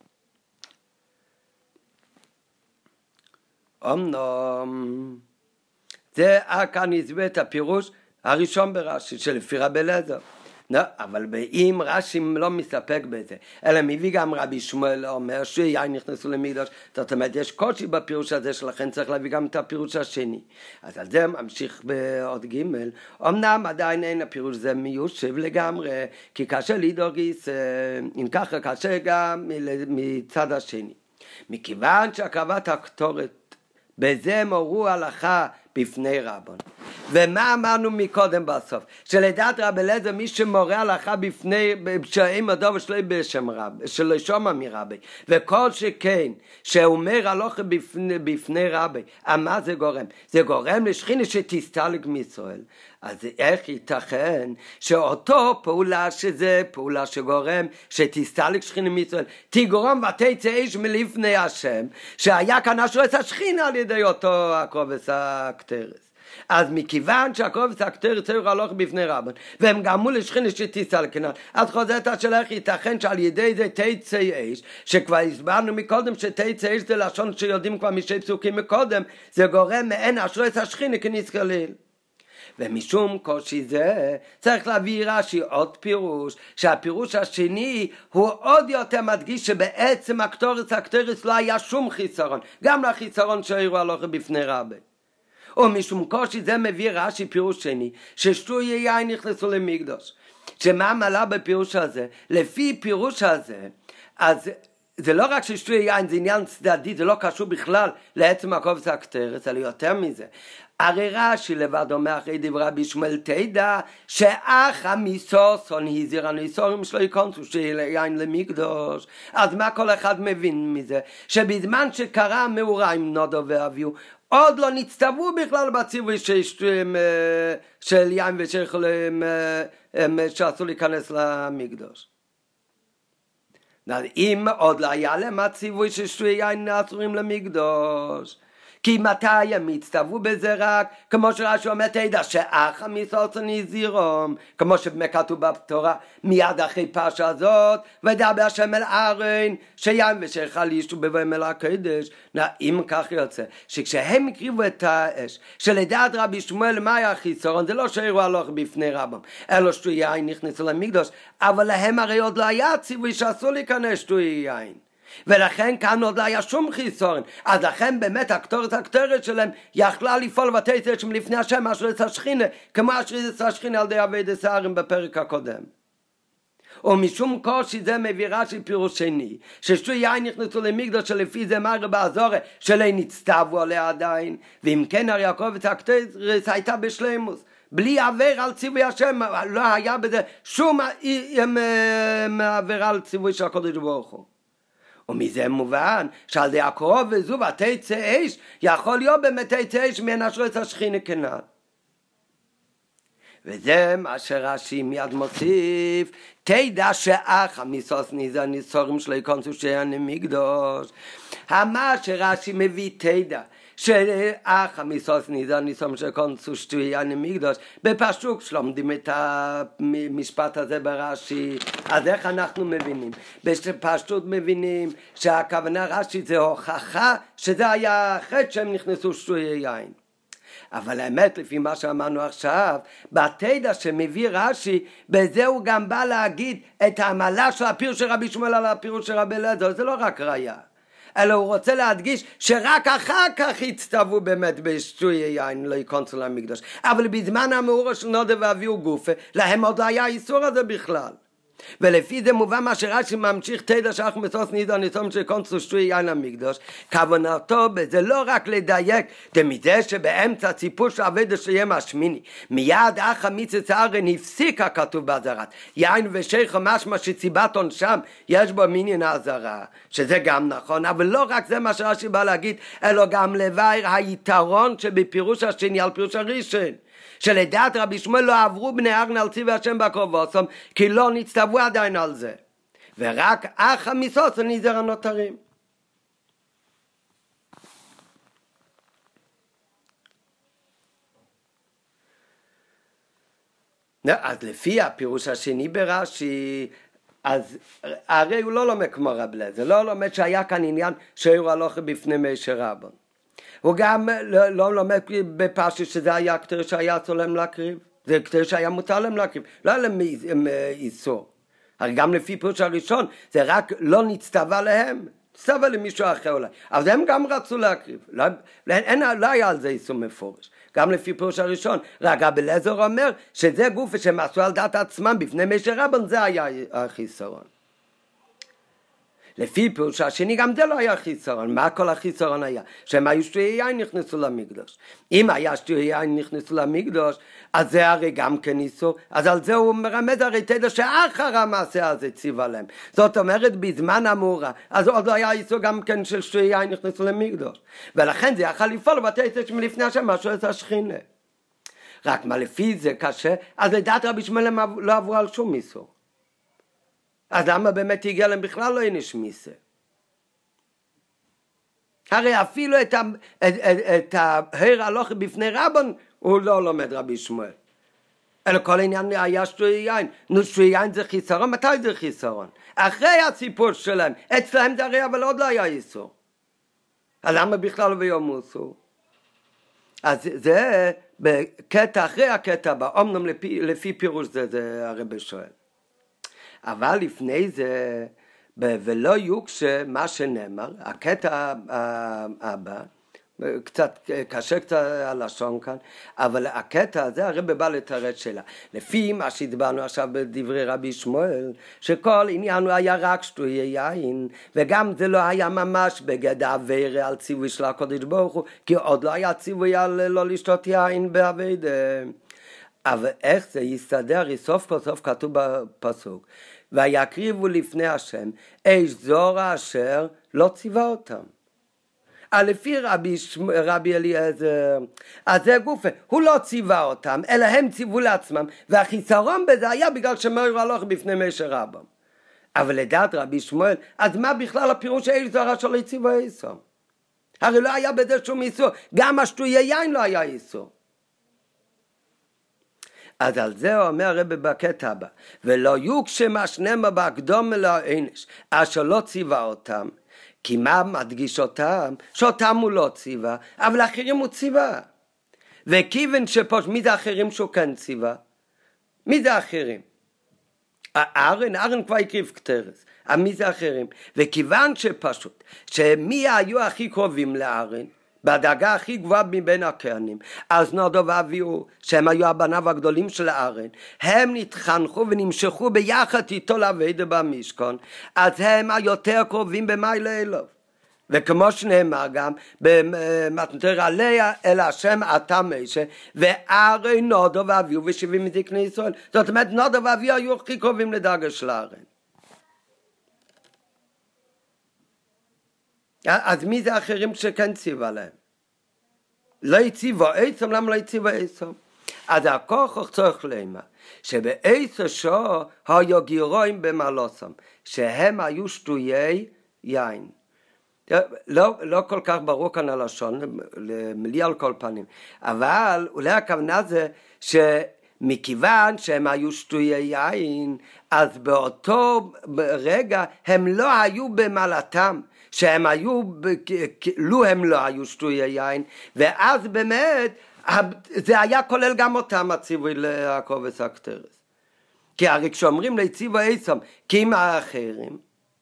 Speaker 1: אמנם, זה כאן הסביר את הפירוש הראשון ברש"י שלפי רבי אליעזר. אבל אם רש"י לא מסתפק בזה, אלא מביא גם רבי שמואל אומר שיין נכנסו למקדש, זאת אומרת יש קושי בפירוש הזה, שלכן צריך להביא גם את הפירוש השני. אז על זה ממשיך בעוד ג', אמנם עדיין אין הפירוש זה מיושב לגמרי, כי קשה לידוגיס, אם ככה קשה גם מצד השני. מכיוון שהקרבת הקטורת, בזה מורו הלכה בפני רבון. ומה אמרנו מקודם בסוף? שלדעת רבי אליעזר מי שמורה הלכה בפני פשעים הדובר שלו בשם רבי, שלא שומע מרבי. וכל שכן שאומר הלכה בפני רבי, מה זה גורם? זה גורם לשכינה שתסתלק מישראל. אז איך ייתכן שאותו פעולה שזה פעולה שגורם שתסתלק שכינה מישראל, תגרום ותצא אש מלפני השם, שהיה כאן אשרת השכינה על ידי אותו הקרובס הקטרס. אז מכיוון שהקרובס הקטרס צריך הלוך בפני רבן, והם גרמו לשכינה שתסתלק כנען, אז חוזרת השאלה איך ייתכן שעל ידי זה תצא אש, שכבר הסברנו מקודם שתצא אש זה לשון שיודעים כבר משי פסוקים מקודם, זה גורם מעין אשרת השכינה כנזכליל. ומשום קושי זה צריך להביא רש"י עוד פירוש, שהפירוש השני הוא עוד יותר מדגיש שבעצם הקטורס לא היה שום חיסרון, גם לחיסרון שהראו הלכה בפני רבי. ומשום קושי זה מביא רש"י פירוש שני, ששטויי יין נכנסו למקדש. שמה מעלה בפירוש הזה? לפי פירוש הזה, אז זה לא רק ששטויי יין זה עניין צדדי, זה לא קשור בכלל לעצם הקרובס הקטרס, אלא יותר מזה. הרי רש"י לבד אומר אחרי דברי רבי שמואל תדע שאח המיסוסון הזהיר הניסורים שלו ייכנסו שיין למקדש. אז מה כל אחד מבין מזה? שבזמן שקרה המאורע עם נודו ואביהו עוד לא נצטוו בכלל בציווי של יין שאסור להיכנס למקדש. אם עוד לא היה להם הציווי ששטויי יין אסורים למקדש, כי מתי הם הצטוו בזה רק, כמו שרש"י אומר תדע שאח המיסוסון הזהירם, כמו שכתוב בתורה מיד אחרי פרשה הזאת, וידבר השם אל אהרון שיין ושאכל ישתו בבואם אל הקודש. אם כך יוצא שכשהם הקריבו את האש, שלדעת רבי שמואל מה היה החיסרון, זה לא שהראו הלכה בפני רבם, אלא שטויי יין נכנסו למקדש, אבל להם הרי עוד לא היה ציווי שאסור להיכנס שטויי יין, ולכן כאן עוד לא היה שום חיסורן. אז לכן באמת הקטורת שלהם יכלה לפעול ותצא אש מלפני השם אשרת השכינה, כמו אשרת השכינה על ידי עבודת זרים בפרק הקודם. ומשום קושי זה מביא רש"י פירוש שני, ששטויי יין נכנסו למקדש, שלפי זה מראה באזורה שלא נצטוו עליה עדיין, ואם כן הרי הקרובס הקטרס הייתה בשלמות בלי עבר על ציווי השם, לא היה בזה שום עבר על ציווי של הקדוש ברוך הוא. ומזה מובן שעל די הקרוב וזו ותצא אש יכול להיות באמת תצא אש מן אשרת השכינה כנען. וזה מה שרש"י מיד מוסיף, תדע שאח המיסוס ניזה ניסורים שלו ייכנסו שיין למקדש. מה שרש"י מביא תדע שאח המיסוס ניזה ניסורים שלו ייכנסו שיין למקדש, בפשוט שלומדים את המשפט הזה ברש"י. אז איך אנחנו מבינים? בפשוט מבינים שהכוונה רש"י זה הוכחה שזה היה חטא שהם נכנסו שטויי יין. אבל האמת לפי מה שאמרנו עכשיו, בתדע שמביא רש"י, בזה הוא גם בא להגיד את העמלה של הפירוש של רבי שמואל על הפירוש של רבי אליעזר. זה לא רק ראיה, אלא הוא רוצה להדגיש שרק אחר כך הצטוו באמת בשטויי יין לא ייכנסו למקדש, אבל בזמן המאורע של נודו ואביהו גופה להם עוד לא היה האיסור הזה בכלל. ולפי זה מובן מה שרש"י ממשיך תדע שאח מיסוס ניזה ניסורים שייכנסו שטויי יין למקדש, כוונתו בזה לא רק לדייק דמזה שבאמצע ציפור של עבודת היום השמיני מיד אח המיצץ אהרון הפסיק הכתוב באזהרת יין ושייכו, משמע שסיבת עונשם יש בו מניין האזהרה, שזה גם נכון. אבל לא רק זה מה שרש"י בא להגיד, אלא גם לבאר היתרון שבפירוש השני על פירוש הראשון, שלדעת רבי שמואל לא עברו בני אהרון על ציווי השם בקרובוסם, כי לא נצטוו עדיין על זה. ורק אח המיסוס הנזר הנותרים. אז לפי הפירוש השני ברש"י, אז הרי הוא לא לומד כמו רב אליעזר, לא לומד שהיה כאן עניין שעיר הלכה בפני משה רבן. הוא גם לא לומד בפשטות שזה היה כתר שהיה צולם להקריב, זה כתר שהיה מותר להם להקריב, לא היה להם איסור. הרי גם לפי פירוש הראשון, זה רק לא נצטווה להם, נצטווה למישהו אחר אולי, אבל הם גם רצו להקריב, לא היה על זה איסור מפורש. גם לפי פירוש הראשון, רק רב אליעזר אומר שזה גוף שהם עשו על דעת עצמם בפני משה רבן, זה היה החיסרון. לפי פירוש השני גם זה לא היה חיסרון. מה כל החיסרון היה? שהם היו שטויי יין נכנסו למקדוש. אם היה שטויי יין נכנסו למקדוש, אז זה הרי גם כן איסור. אז על זה הוא מרמז הרי תדע שאחר המעשה הזה ציווה להם. זאת אומרת בזמן המאורע, אז עוד לא היה איסור גם כן של שטויי יין נכנסו למקדוש. ולכן זה יכל לפעול בבתי עסק מלפני השם משהו את השכינה. רק מה לפי זה קשה, אז לדעת רבי שמואל הם לא עברו על שום איסור. אז למה באמת הגיע להם בכלל לא עונש מיסה? הרי אפילו את ההר הלכה בפני רבן הוא לא לומד רבי שמואל. אלא כל העניין היה שטויי יין. נו, שטויי יין זה חיסרון? מתי זה חיסרון? אחרי הסיפור שלהם. אצלהם זה הרי אבל עוד לא היה איסור. אז למה בכלל ביום אוסור? אז זה בקטע אחרי הקטע הבא. אמנם לפי פירוש זה הרבי שואל. אבל לפני זה, ולא יוקשה מה שנאמר, הקטע הבא, קצת קשה קצת הלשון כאן, אבל הקטע הזה הרב בא לתרץ שלה. לפי מה שהדברנו עכשיו בדברי רבי שמואל, שכל עניין היה רק שטויי יין, וגם זה לא היה ממש בגדר עבירה על ציווי של הקדוש ברוך הוא, כי עוד לא היה ציווי על לא לשתות יין בעבירה. אבל איך זה יסתדר? סוף כל סוף כתוב בפסוק, ויקריבו לפני השם אש זורה אשר לא ציווה אותם. לפי רבי אליעזר, אז זה גופה, הוא לא ציווה אותם, אלא הם ציוו לעצמם, והחיסרון בזה היה בגלל שמאיר הלוך בפני משה רבן. אבל לדעת רבי שמואל, אז מה בכלל הפירוש אש זורה שלא ציווה איסור? הרי לא היה בזה שום איסור, גם השטויי יין לא היה איסור. אז על זה אומר הרב בקטע הבא, ולא יוקשה מה שנאמר בהקדום לעונש, אשר לא ציווה אותם, כי מה מדגיש אותם? שאותם הוא לא ציווה, אבל האחרים הוא ציווה. וכיוון שפוש, מי זה האחרים שהוא כן ציווה? מי זה האחרים? אהרן כבר הקריב קטרס, אבל מי זה האחרים? וכיוון שפשוט, שמי היו הכי קרובים לאהרן, בדרגה הכי גבוהה מבין הכהנים, אז נדב ואביהו, שהם היו הבניו הגדולים של אהרן, הם נתחנכו ונמשכו ביחד איתו לעבודה במשכן, אז הם היותר קרובים במעלה אליו. וכמו שנאמר גם במתנתר עליה אל השם אתה משה, ואהרן נדב ואביהו ושבעים מזקני ישראל. זאת אומרת נדב ואביהו היו הכי קרובים לדרגה של אהרן. אז מי זה האחרים שכן ציווה להם? לא הציבו עצם, למה לא הציבו עצם? אז הכוח צריך לומר, שבעשר שעה היו גירויים במעלוסם, שהם היו שטויי יין. לא כל כך ברור כאן הלשון, לי על כל פנים, אבל אולי הכוונה זה מכיוון שהם היו שטויי יין, אז באותו רגע הם לא היו במעלתם, שהם היו, לו הם לא היו שטויי יין, ואז באמת זה היה כולל גם אותם הציווי לקובץ הקטרס. כי הרי כשאומרים לציווי עצם, כי עם האחרים,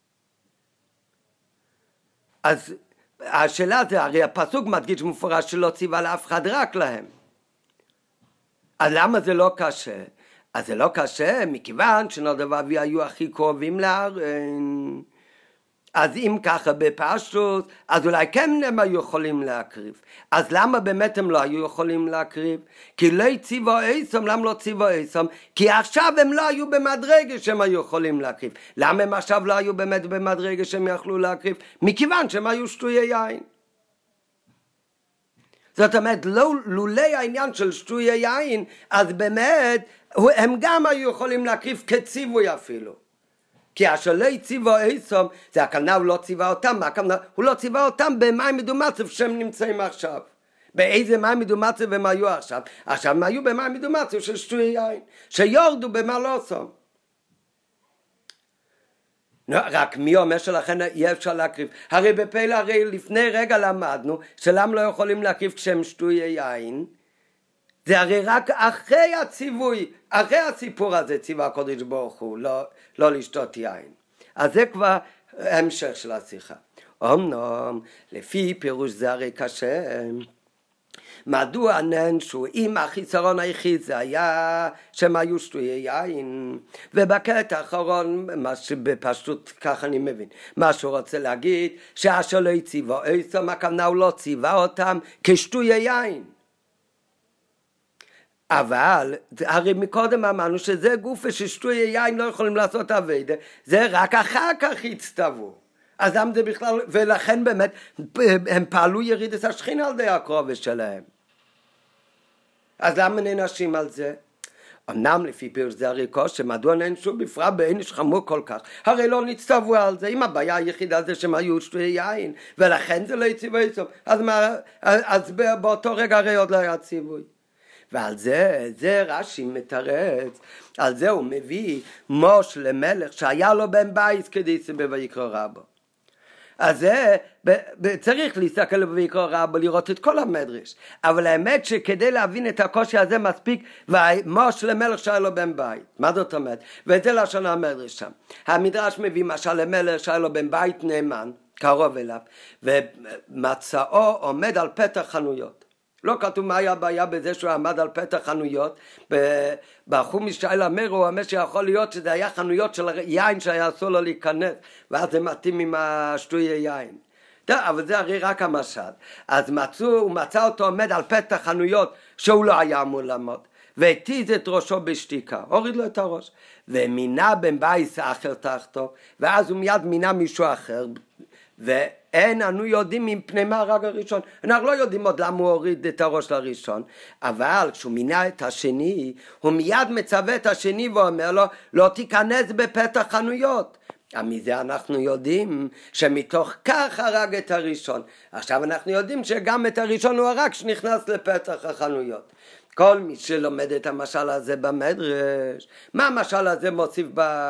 Speaker 1: אז השאלה זה, הרי הפסוק מדגיש מפורש שלא ציווה לאף אחד, רק להם. אז למה זה לא קשה? אז זה לא קשה מכיוון שנדב ואביהו היו הכי קרובים לאהרן. אז אם ככה בפשטות, אז אולי כן הם היו יכולים להקריב. אז למה באמת הם לא היו יכולים להקריב? כי לא הציבו עצם, למה לא הציבו עצם? כי עכשיו הם לא היו במדרגה שהם היו יכולים להקריב. למה הם עכשיו לא היו באמת במדרגה שהם יכלו להקריב? מכיוון שהם היו שטויי יין. זאת אומרת, לולי העניין של שטויי יין, אז באמת הם גם היו יכולים להקריב כציווי אפילו. כי אשר לא הציבו איסום, זה הכוונה הוא לא ציווה אותם, מה הכוונה? הוא לא ציווה אותם במים מדומצב שהם נמצאים עכשיו. באיזה מים מדומצב הם היו עכשיו? עכשיו הם היו במים מדומצב של שטוי יין, שיורדו במה לא עושים. רק מי אומר שלכן יהיה אפשר להקריב? הרי בפלא, הרי לפני רגע למדנו שלמה לא יכולים להקריב כשהם שטוי יין, זה הרי רק אחרי הציווי, אחרי הסיפור הזה ציווה הקדוש ברוך הוא לא לשתות יין. אז זה כבר המשך של השיחה. אמנם לפי פירוש זה הרי קשה, מדוע נענשו אם החיסרון היחיד זה היה שהם היו שטויי יין? ובקטע האחרון, מה שבפשוט כך אני מבין, מה שהוא רוצה להגיד, שאשר לא הציבו איסום, הכוונה הוא לא ציווה אותם כשטויי יין. אבל הרי מקודם אמרנו שזה גוף ששטויי יין לא יכולים לעשות עבודה, זה רק אחר כך הצטוו. אז למה זה בכלל, ולכן באמת הם פעלו ירידת השכינה על ידי הקרובה שלהם. אז למה נענשים על זה? אמנם לפי פירוש זה הרי קושי, מדוע נענשו בפרט בעונש חמור כל כך? הרי לא נצטוו על זה, אם הבעיה היחידה זה שהם היו שטויי יין, ולכן זה לא הציוו איסום, אז באותו רגע הרי עוד לא היה ציווי. ועל זה רש"י מתרץ, על זה הוא מביא מוש למלך שהיה לו בן בית כדאיסא בויקרא רבא. אז זה צריך להסתכל בויקרא רבא לראות את כל המדרש, אבל האמת שכדי להבין את הקושי הזה מספיק ומוש למלך שהיה לו בן בית. מה זאת אומרת? וזה לשון המדרש שם. המדרש מביא משל למלך שהיה לו בן בית נאמן קרוב אליו, ומצאו עומד על פתח חנויות. לא כתוב מה היה הבעיה בזה שהוא עמד על פתח חנויות. בחומש שייל אמר, הוא אומר שיכול להיות שזה היה חנויות של יין שהיה אסור לו להיכנס, ואז זה מתאים עם השטויי יין. אבל זה הרי רק המשל. אז הוא מצא אותו עומד על פתח חנויות שהוא לא היה אמור לעמוד, והתיז את ראשו בשתיקה, הוריד לו את הראש, ומינה בן בייס אחר תחתו, ואז הוא מיד מינה מישהו אחר, ואין אנו יודעים מפני מה הרג הראשון. אנחנו לא יודעים עוד למה הוא הוריד את הראש לראשון, אבל כשהוא מינה את השני, הוא מיד מצווה את השני ואומר לו, לא תיכנס בפתח חנויות. מזה אנחנו יודעים שמתוך כך הרג את הראשון. עכשיו אנחנו יודעים שגם את הראשון הוא הרג שנכנס לפתח החנויות. כל מי שלומד את המשל הזה במדרש, מה המשל הזה מוסיף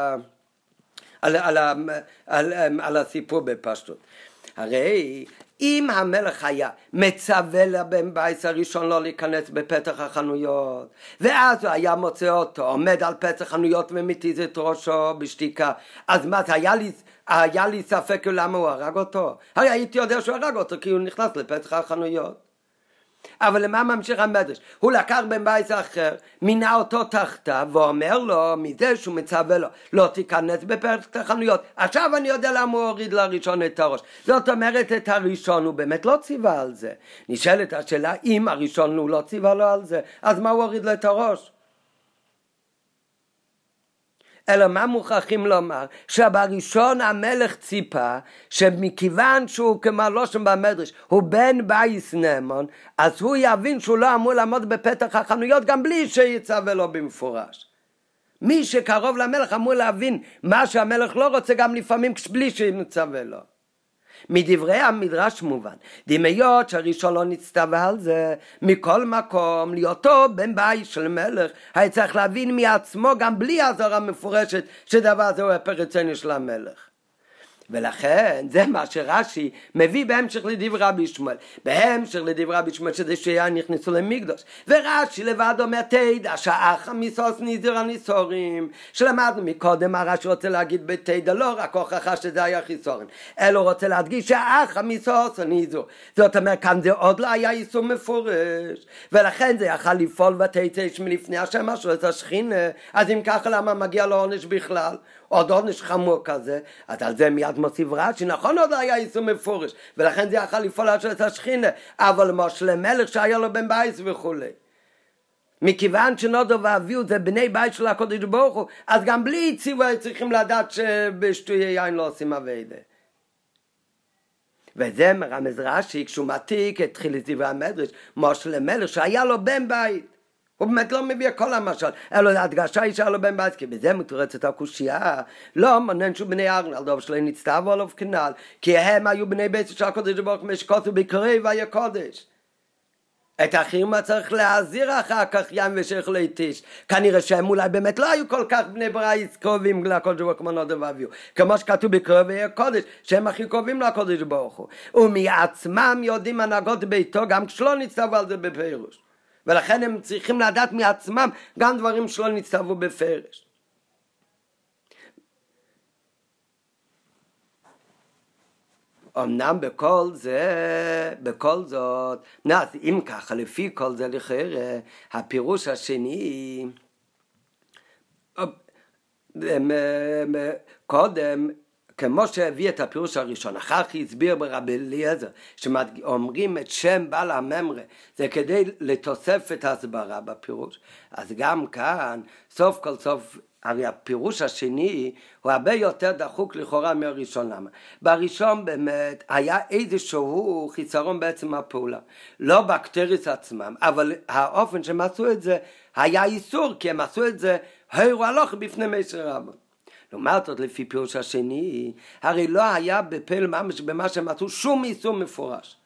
Speaker 1: על הסיפור בפשטות? הרי אם המלך היה מצווה לבן בייס הראשון לא להיכנס בפתח החנויות, ואז הוא היה מוצא אותו עומד על פתח חנויות ומתיז את ראשו בשתיקה, אז מה, היה לי ספק למה הוא הרג אותו? הרי הייתי יודע שהוא הרג אותו כי הוא נכנס לפתח החנויות. אבל למה ממשיך המדרש? הוא לקח בן בייס אחר, מינה אותו תחתיו ואומר לו מזה שהוא מצווה לו לא תיכנס בפתח החנויות. עכשיו אני יודע למה הוא הוריד לראשון את הראש. זאת אומרת את הראשון הוא באמת לא ציווה על זה. נשאלת השאלה, אם הראשון הוא לא ציווה לו על זה, אז מה הוא הוריד לו את הראש? אלא מה מוכרחים לומר? שבראשון המלך ציפה שמכיוון שהוא כמו לושן במדרש הוא בן בייס נאמן, אז הוא יבין שהוא לא אמור לעמוד בפתח החנויות גם בלי שיצווה לו במפורש. מי שקרוב למלך אמור להבין מה שהמלך לא רוצה גם לפעמים בלי שיצווה לו. מדברי המדרש מובן, דמיות שהראשון לא נצטווה על זה, מכל מקום להיותו בן בית של מלך, היה צריך להבין מעצמו גם בלי הזרה מפורשת שדבר זה הוא הפרצני של המלך. ולכן זה מה שרש"י מביא בהמשך לדברי רבי שמואל, בהמשך לדברי רבי שמואל שזה שיין נכנסו למקדוש, ורש"י לבד אומר תדע שהאח המיסוס נזיר הניסורים, שלמדנו מקודם הרש"י רוצה להגיד בתדע לא רק הוכחה שזה היה חיסורן, אלא רוצה להדגיש שהאח המיסוס נזיר. זאת אומרת כאן זה עוד לא היה איסור מפורש, ולכן זה יכל לפעול ותצא מלפני השם אשר את השכינה. אז אם ככה למה מגיע לו עונש בכלל? עוד עונש חמור כזה, אז על זה מיד מוסיף רש"י, נכון עוד היה איסור מפורש, ולכן זה יכל לפעול עד את השכינה, אבל משה למלך שהיה לו בן בייס וכו'. מכיוון שנודו ואביהו זה בני בית של הקדוש ברוך הוא, אז גם בלי ציווי צריכים לדעת שבשטויי יין לא עושים עבודה. וזה מרמז רש"י כשהוא מעתיק את תחילת דברי המדרש, משה למלך שהיה לו בן בית. הוא באמת לא מביא כל המשל, אלא ההדגשה היא שאלו בן בית, כי בזה מתורצת הקושייה, לא מנן שהוא בני ארן, על דוב שלא נצטוו עליו כנעל, כי הם היו בני בית של הקודש ברוך הוא משקוטו בקרב והיה קודש. את האחרים צריך להזהיר אחר כך ים ושייך להתיש. כנראה שהם אולי באמת לא היו כל כך בני ברית קרובים לקודש ברוך הוא נודו ואביהו. כמו שכתוב בקרב והיה קודש, שהם הכי קרובים לקודש ברוך הוא. ומעצמם יודעים הנהגות ביתו, גם כשלא נצטוו על זה בפירוש. ולכן הם צריכים לדעת מעצמם גם דברים שלא נצטוו בפרש. אמנם בכל זאת, אם ככה, לפי כל זה לכאורה, הפירוש השני, קודם, כמו שהביא את הפירוש הראשון, אחר כך הסביר ברבי אליעזר, שאומרים את שם בעל הממרה, זה כדי לתוסף את ההסברה בפירוש, אז גם כאן, סוף כל סוף, הרי הפירוש השני הוא הרבה יותר דחוק לכאורה מהראשון. למה? בראשון באמת היה איזשהו חיסרון בעצם הפעולה. לא בקטריס עצמם, אבל האופן שהם עשו את זה היה איסור, כי הם עשו את זה הירו הלוך בפני מייסר רבא. לעומת זאת לפי פירוש השני, הרי לא היה בפעל ממש במה שהם עשו שום איסור מפורש.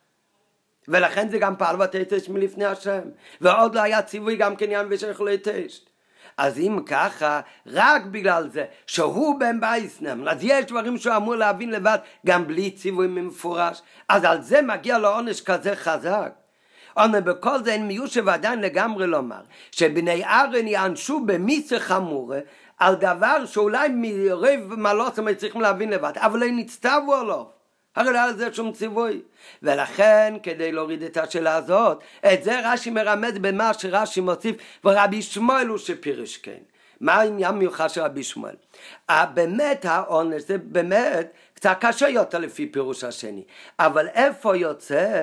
Speaker 1: ולכן זה גם פעל ותתש מלפני השם. ועוד לא היה ציווי גם קניין ושייך להתש. אז אם ככה, רק בגלל זה שהוא בן בייסנם, אז יש דברים שהוא אמור להבין לבד גם בלי ציווי מפורש, אז על זה מגיע לו עונש כזה חזק. אבל בכל זה אין מיושב עדיין לגמרי לומר שבני ארן יענשו במיסה חמורה על דבר שאולי מרב מלוס הם צריכים להבין לבד, אבל הם נצטוו עליו. הרי לא על זה שום ציווי. ולכן, כדי להוריד את השאלה הזאת, את זה רש"י מרמז במה שרש"י מוסיף, ורבי שמואל הוא שפירש כן. מה העניין מיוחד של רבי שמואל? באמת העונש זה באמת קצת קשה יותר לפי פירוש השני. אבל איפה יוצא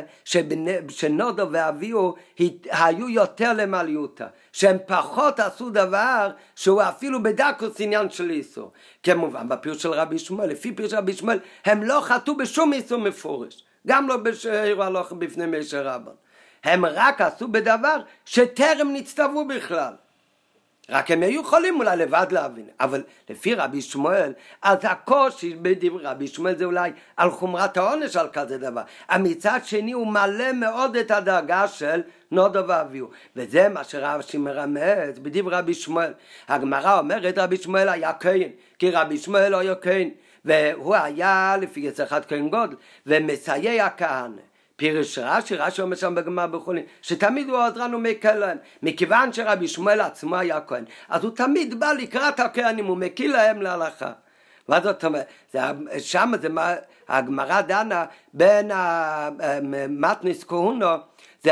Speaker 1: שנודו ואביהו היו יותר למעליותה? שהם פחות עשו דבר שהוא אפילו בדקוס עניין של איסור. כמובן בפירוש של רבי שמואל, לפי פירוש רבי שמואל, הם לא חטאו בשום איסור מפורש. גם לא בשעיר הלוך בפני מייסר רבא. הם רק עשו בדבר שטרם נצטוו בכלל. רק הם היו יכולים אולי לבד להבין, אבל לפי רבי שמואל, אז הקושי בדברי רבי שמואל זה אולי על חומרת העונש על כזה דבר. מצד שני הוא מלא מאוד את הדרגה של נודו ואביהו, וזה מה שרש"י מרמז בדברי רבי שמואל. הגמרא אומרת רבי שמואל היה כהן, כי רבי שמואל היה כהן, והוא היה לפי יצר אחד כהן גודל, ומסייע כהנא. פירש רש"י אומר שם בגמרא בחולין, שתמיד הוא עוזרן ומקל להם, מכיוון שרבי שמואל עצמו היה כהן, אז הוא תמיד בא לקראת הכהנים, הוא מקיל להם להלכה. ואז זאת אומרת, שם זה הגמרא דנה בין מתניס כהונו, זה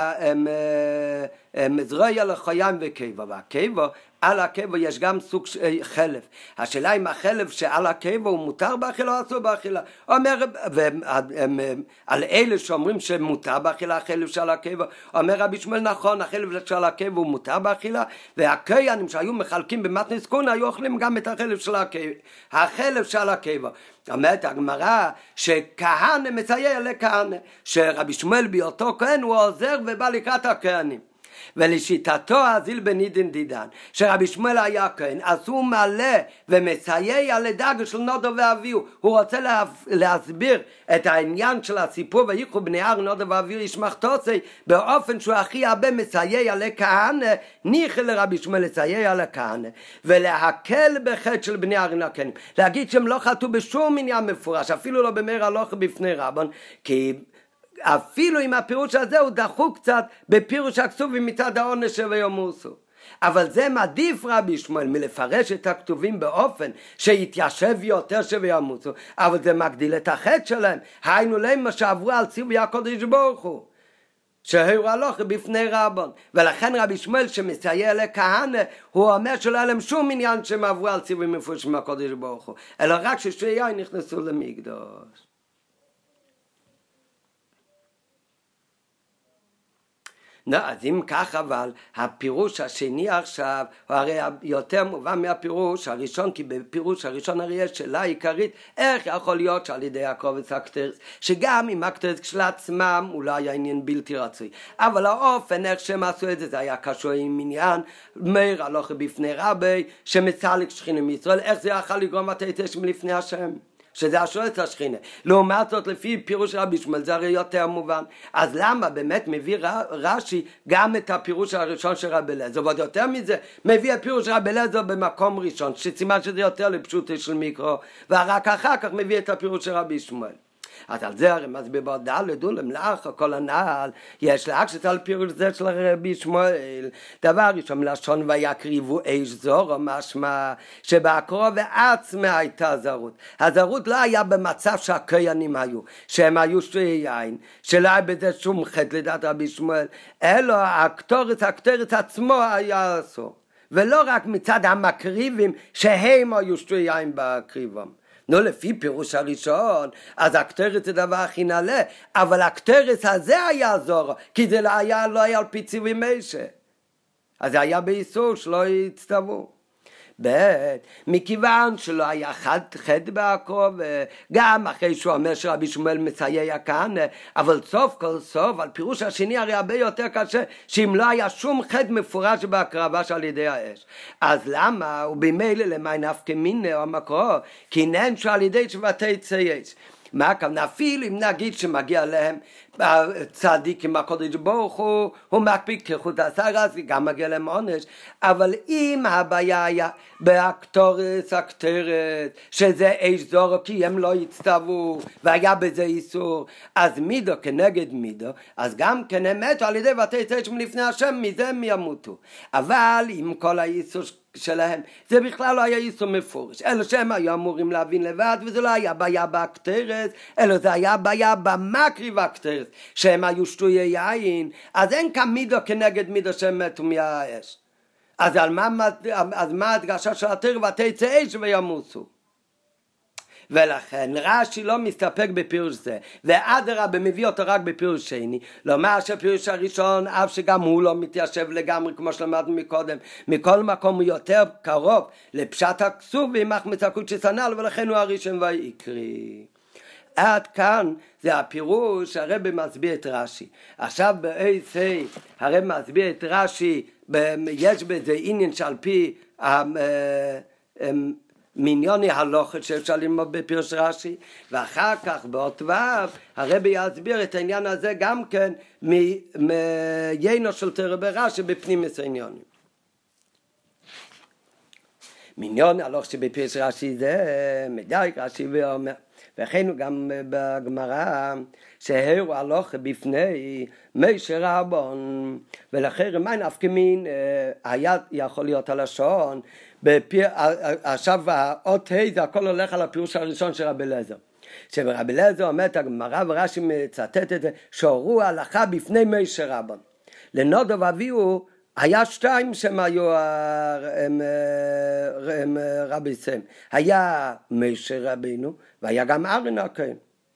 Speaker 1: זרוע לחיים וקיבה, והקיבה, על הקיבה יש גם סוג חלף. השאלה אם החלף שעל הקיבה הוא מותר באכילה או אסור באכילה. אומר, על אלה שאומרים שמותר באכילה החלף שעל הקיבה, אומר רבי שמואל נכון, החלף שעל הקיבה הוא מותר באכילה, והכהנים שהיו מחלקים במתניס כהונה היו אוכלים גם את החלף של הקיבה, החלף שעל הקיבה. אומרת הגמרא שכהנא מסייע לכהנא, שרבי שמואל בהיותו כהן הוא עוזר ובא לקראת הכהנים. ולשיטתו הזיל בנידין דידן, שרבי שמואל היה כהן, אז הוא מלא ומסייע לדאגה של נודו ואביהו. הוא רוצה להסביר את העניין של הסיפור ויקחו בני ארן נודו ואביהו ישמחתוסי באופן שהוא הכי הרבה מסייע לכהנא, ניחא לרבי שמואל לסייע לכהנא ולהקל בחטא של בני ארן הכהנים, להגיד שהם לא חטאו בשום עניין מפורש, אפילו לא במאיר הלוך בפני רבן, כי אפילו אם הפירוש הזה הוא דחוק קצת בפירוש הכתובים מצד העונש וימוסו. אבל זה מעדיף רבי שמואל מלפרש את הכתובים באופן שיתיישב יותר וימוסו, אבל זה מגדיל את החטא שלהם. היינו להם מה שעברו על ציווי הקודש ברוך הוא, שהיו הלוך בפני רבן. ולכן רבי שמואל שמסייע לכהנא, הוא אומר שלא היה להם שום עניין שהם עברו על ציווי מפורש מהקודש ברוך הוא, אלא רק ששתי יין נכנסו למקדש. אז אם כך אבל, הפירוש השני עכשיו, הוא הרי יותר מובן מהפירוש הראשון, כי בפירוש הראשון הרי יש שאלה עיקרית, איך יכול להיות שעל ידי הקובץ הקטרס, שגם אם הקטרס כשלעצמם הוא לא היה עניין בלתי רצוי, אבל האופן איך שהם עשו את זה, זה היה קשור עם עניין, מאיר הלוך בפני רבי, שמצליק שכינה מישראל, איך זה יכול לגרום את היתש מלפני השם? שזה השולט השכינה. לעומת זאת, לפי פירוש רבי שמואל, זה הרי יותר מובן. אז למה באמת מביא רש"י גם את הפירוש הראשון של רבי אליעזר? ועוד יותר מזה, מביא הפירוש של רבי אליעזר במקום ראשון, שסימן שזה יותר לפשוט של מיקרו, ורק אחר כך מביא את הפירוש של רבי שמואל. אז על זה הרי מסביר בד' ולמלאך כל הנעל, יש להקשת על פירוש זה של רבי שמואל. דבר ראשון לשון ויקריבו אש זורו, משמע שבעקרו ועצמה הייתה זרות. הזרות לא היה במצב שהכהנים היו, שהם היו שתויי יין, שלא היה בזה שום חטא לדעת רבי שמואל, אלא הקטורת עצמו היה אסור. ולא רק מצד המקריבים שהם היו שתויי יין בקריבם. לפי פירוש הראשון, אז הקטרס זה דבר הכי נעלה, אבל הקטרס הזה היה זורו, כי זה לא היה על פי ציווי משה. אז זה היה באיסור שלא יצטוו. מכיוון שלא היה חטא בעקוב, גם אחרי שהוא אומר שרבי שמואל מסייע כאן, אבל סוף כל סוף, על פירוש השני הרי הרבה יותר קשה, שאם לא היה שום חטא מפורש בהקרבה על ידי האש. אז למה? ובמילא למה נפקא מינה או המקור? כי נן שעל ידי שבתי צייץ. מה הכוונה? אפילו אם נגיד שמגיע להם צדיק עם הקודש ברוך הוא מקפיד כחוט הסרס, גם מגיע להם עונש, אבל אם הבעיה היה בהקטורס, שזה אש זורו, כי הם לא יצטוו, והיה בזה איסור, אז מידו כנגד מידו, אז גם כן הם מתו על ידי בתי צייץ מלפני השם, מזה הם ימותו. אבל עם כל האיסור שלהם, זה בכלל לא היה איסור מפורש, אלא שהם היו אמורים להבין לבד, וזה לא היה בעיה בהקטרס, אלא זה היה בעיה במקריב הקטרס, שהם היו שתויי יין, אז אין כאן מידו כנגד מידו שהם מתו מהאש. אז מה הדגשה של התיר ותצא אש וימותו? ולכן רש"י לא מסתפק בפירוש זה, ואדרבה מביא אותו רק בפירוש שני, לומר שהפירוש הראשון, אף שגם הוא לא מתיישב לגמרי כמו שלמדנו מקודם, מכל מקום הוא יותר קרוב לפשט הכסוב ועמך מצקות שסנל, ולכן הוא הראשון ויקרי. עד כאן זה הפירוש הרב מסביר את רש"י. עכשיו באיסי הרב מסביר את רש"י, יש בזה עניין שעל פי מיניוני הלוכת שאפשר ללמוד בפירוש רש"י, ואחר כך באות ו' הרב יסביר את העניין הזה גם כן מיינו של תורה ברש"י בפנימיות העניונים. מיניוני הלוכת שבפירוש רש"י זה מדייק רש"י ואומר, וכן הוא גם בגמרא שהירו הלוך בפני משה רבון, ולכן מה נפקא מין היה יכול להיות הלשון עכשיו האות ה' זה הכל הולך על הפירוש הראשון של רבי אליעזר, שרבי אליעזר אומר את הגמרא ורש"י מצטט את זה, שהורו הלכה בפני משה רבון. לנודב אביהו היה שתיים שהם היו רבי סם, היה משה רבינו והיה גם אהרן הכהן.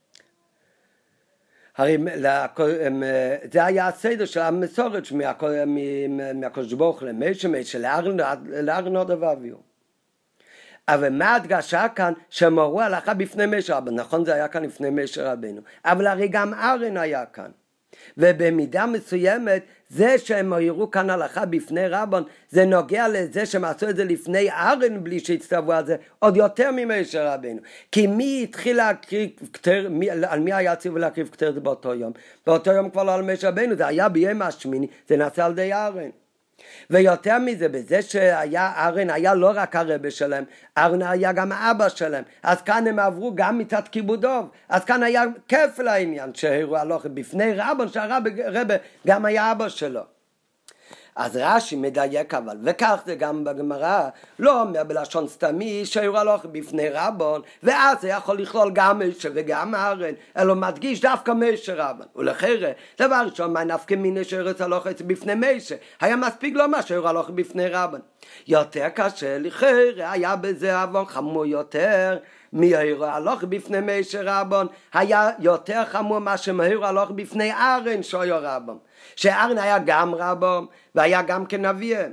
Speaker 1: הרי זה היה הסדר של המסורת מהקדוש ברוך הוא למשה לאהרן נודב אביהו. אבל מה הדגשה כאן? שהם הורו הלכה בפני משה רבנו, נכון זה היה כאן לפני משה רבינו, אבל הרי גם אהרן היה כאן. ובמידה מסוימת זה שהם הראו כאן הלכה בפני רבון, זה נוגע לזה שהם עשו את זה לפני אהרן בלי שהצטוו על זה עוד יותר ממשה רבינו, כי מי התחיל להקריב כתר, על מי היה ציווי להקריב כתר זה באותו יום? באותו יום כבר לא על משה רבינו, זה היה ביום השמיני, זה נעשה על ידי אהרן. ויותר מזה, בזה שהיה אהרן היה לא רק הרבה שלהם, אהרן היה גם האבא שלהם, אז כאן הם עברו גם מצד כיבודוב, אז כאן היה כפל העניין שהראו הלכה בפני רבון, שהרבה גם היה אבא שלו. אז רש"י מדייק אבל, וכך זה גם בגמרא, לא אומר בלשון סתמי שהראו הלכה בפני רבון, ואז זה יכול לכלול גם משה וגם אהרן, אלא מדגיש דווקא משה רבון. ולכן, דבר ראשון, מה נפקא מינה שהראו הלכה בפני משה? היה מספיק לומר שהראו הלכה בפני רבון. יותר קשה לכן, היה בזה עוון חמור יותר, מהירו הלוך בפני משה רבון, היה יותר חמור מה שמהירו הלוך בפני אהרן שויו רבון. שארן היה גם רבם והיה גם כנביאים.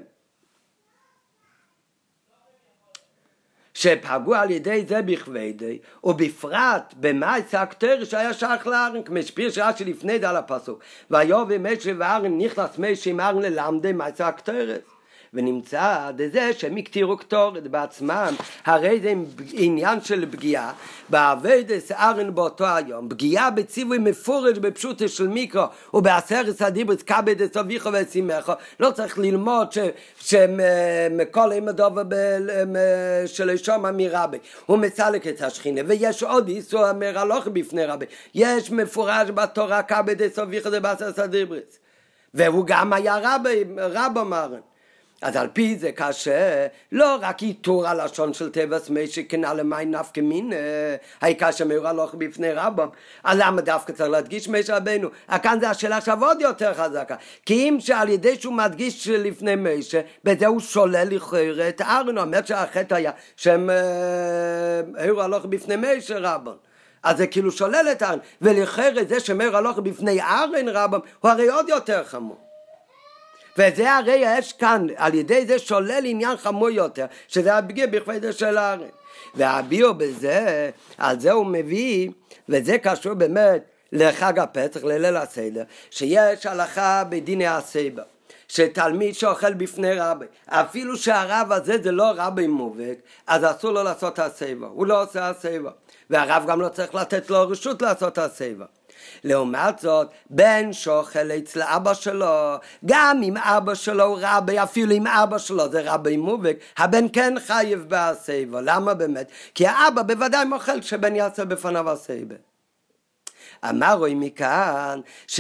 Speaker 1: שפגעו על ידי זה בכבדי, ובפרט במעשה הקטורת שהיה שייך לארן, כמשפיר שרש"י לפני זה על הפסוק. ויבוא משה וארן נכנס משה עם ארן ללמדי מעשה הקטורת. ונמצא בזה שהם הקטירו קטורת בעצמם, הרי זה עניין של פגיעה בעבודת ארן באותו היום, פגיעה בציווי מפורש בפשוטו של מיקרו ובעשרת הדיברות כבד את אביך ושימך. לא צריך ללמוד שמכל עמדו של שומע מרבי הוא מסלק את השכינה, ויש עוד איסור המרלוך בפני רבי, יש מפורש בתורה כבד את אביך זה בעשרת הדיברות, והוא גם היה רב אמרן. אז על פי זה קשה, לא רק איתור הלשון של טבעס משה כנע למי נפקא מיניה, העיקר שמאור הלוך בפני רבם. אז למה דווקא צריך להדגיש משה רבנו? כאן זה השאלה שעוד יותר חזקה. כי אם שעל ידי שהוא מדגיש לפני משה, בזה הוא שולל לכאורה את ארון, אומר שהחטא היה שהם מאור הלוך בפני משה רבם. אז זה כאילו שולל את ארון, ולכאורה זה שמאור הלוך בפני ארון רבם, הוא הרי עוד יותר חמור. וזה הרי יש כאן, על ידי זה שולל עניין חמור יותר, שזה הפגיעה בכבודו של הארן. והביאו בזה, על זה הוא מביא, וזה קשור באמת לחג הפסח, לליל הסדר, שיש הלכה בדיני הסדר, שתלמיד שאוכל בפני רבי, אפילו שהרב הזה זה לא רבי מובהק, אז אסור לו לעשות הסדר, הוא לא עושה הסדר, והרב גם לא צריך לתת לו רשות לעשות הסדר. לעומת זאת, בן שאוכל אצל אבא שלו, גם אם אבא שלו הוא רבי, אפילו אם אבא שלו זה רבי מובהק, הבן כן חייב בהסדר. למה באמת? כי האבא בוודאי מוכל שבן יעשה בפניו הסדר. אמר רואים מכאן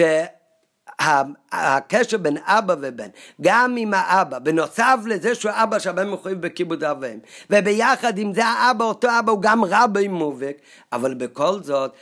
Speaker 1: הקשר בין אבא ובן, גם עם האבא, בנוסף לזה שהוא אבא שהבן מחויב בכיבוד אביהם, וביחד עם זה האבא, אותו אבא הוא גם רבי מובהק, אבל בכל זאת,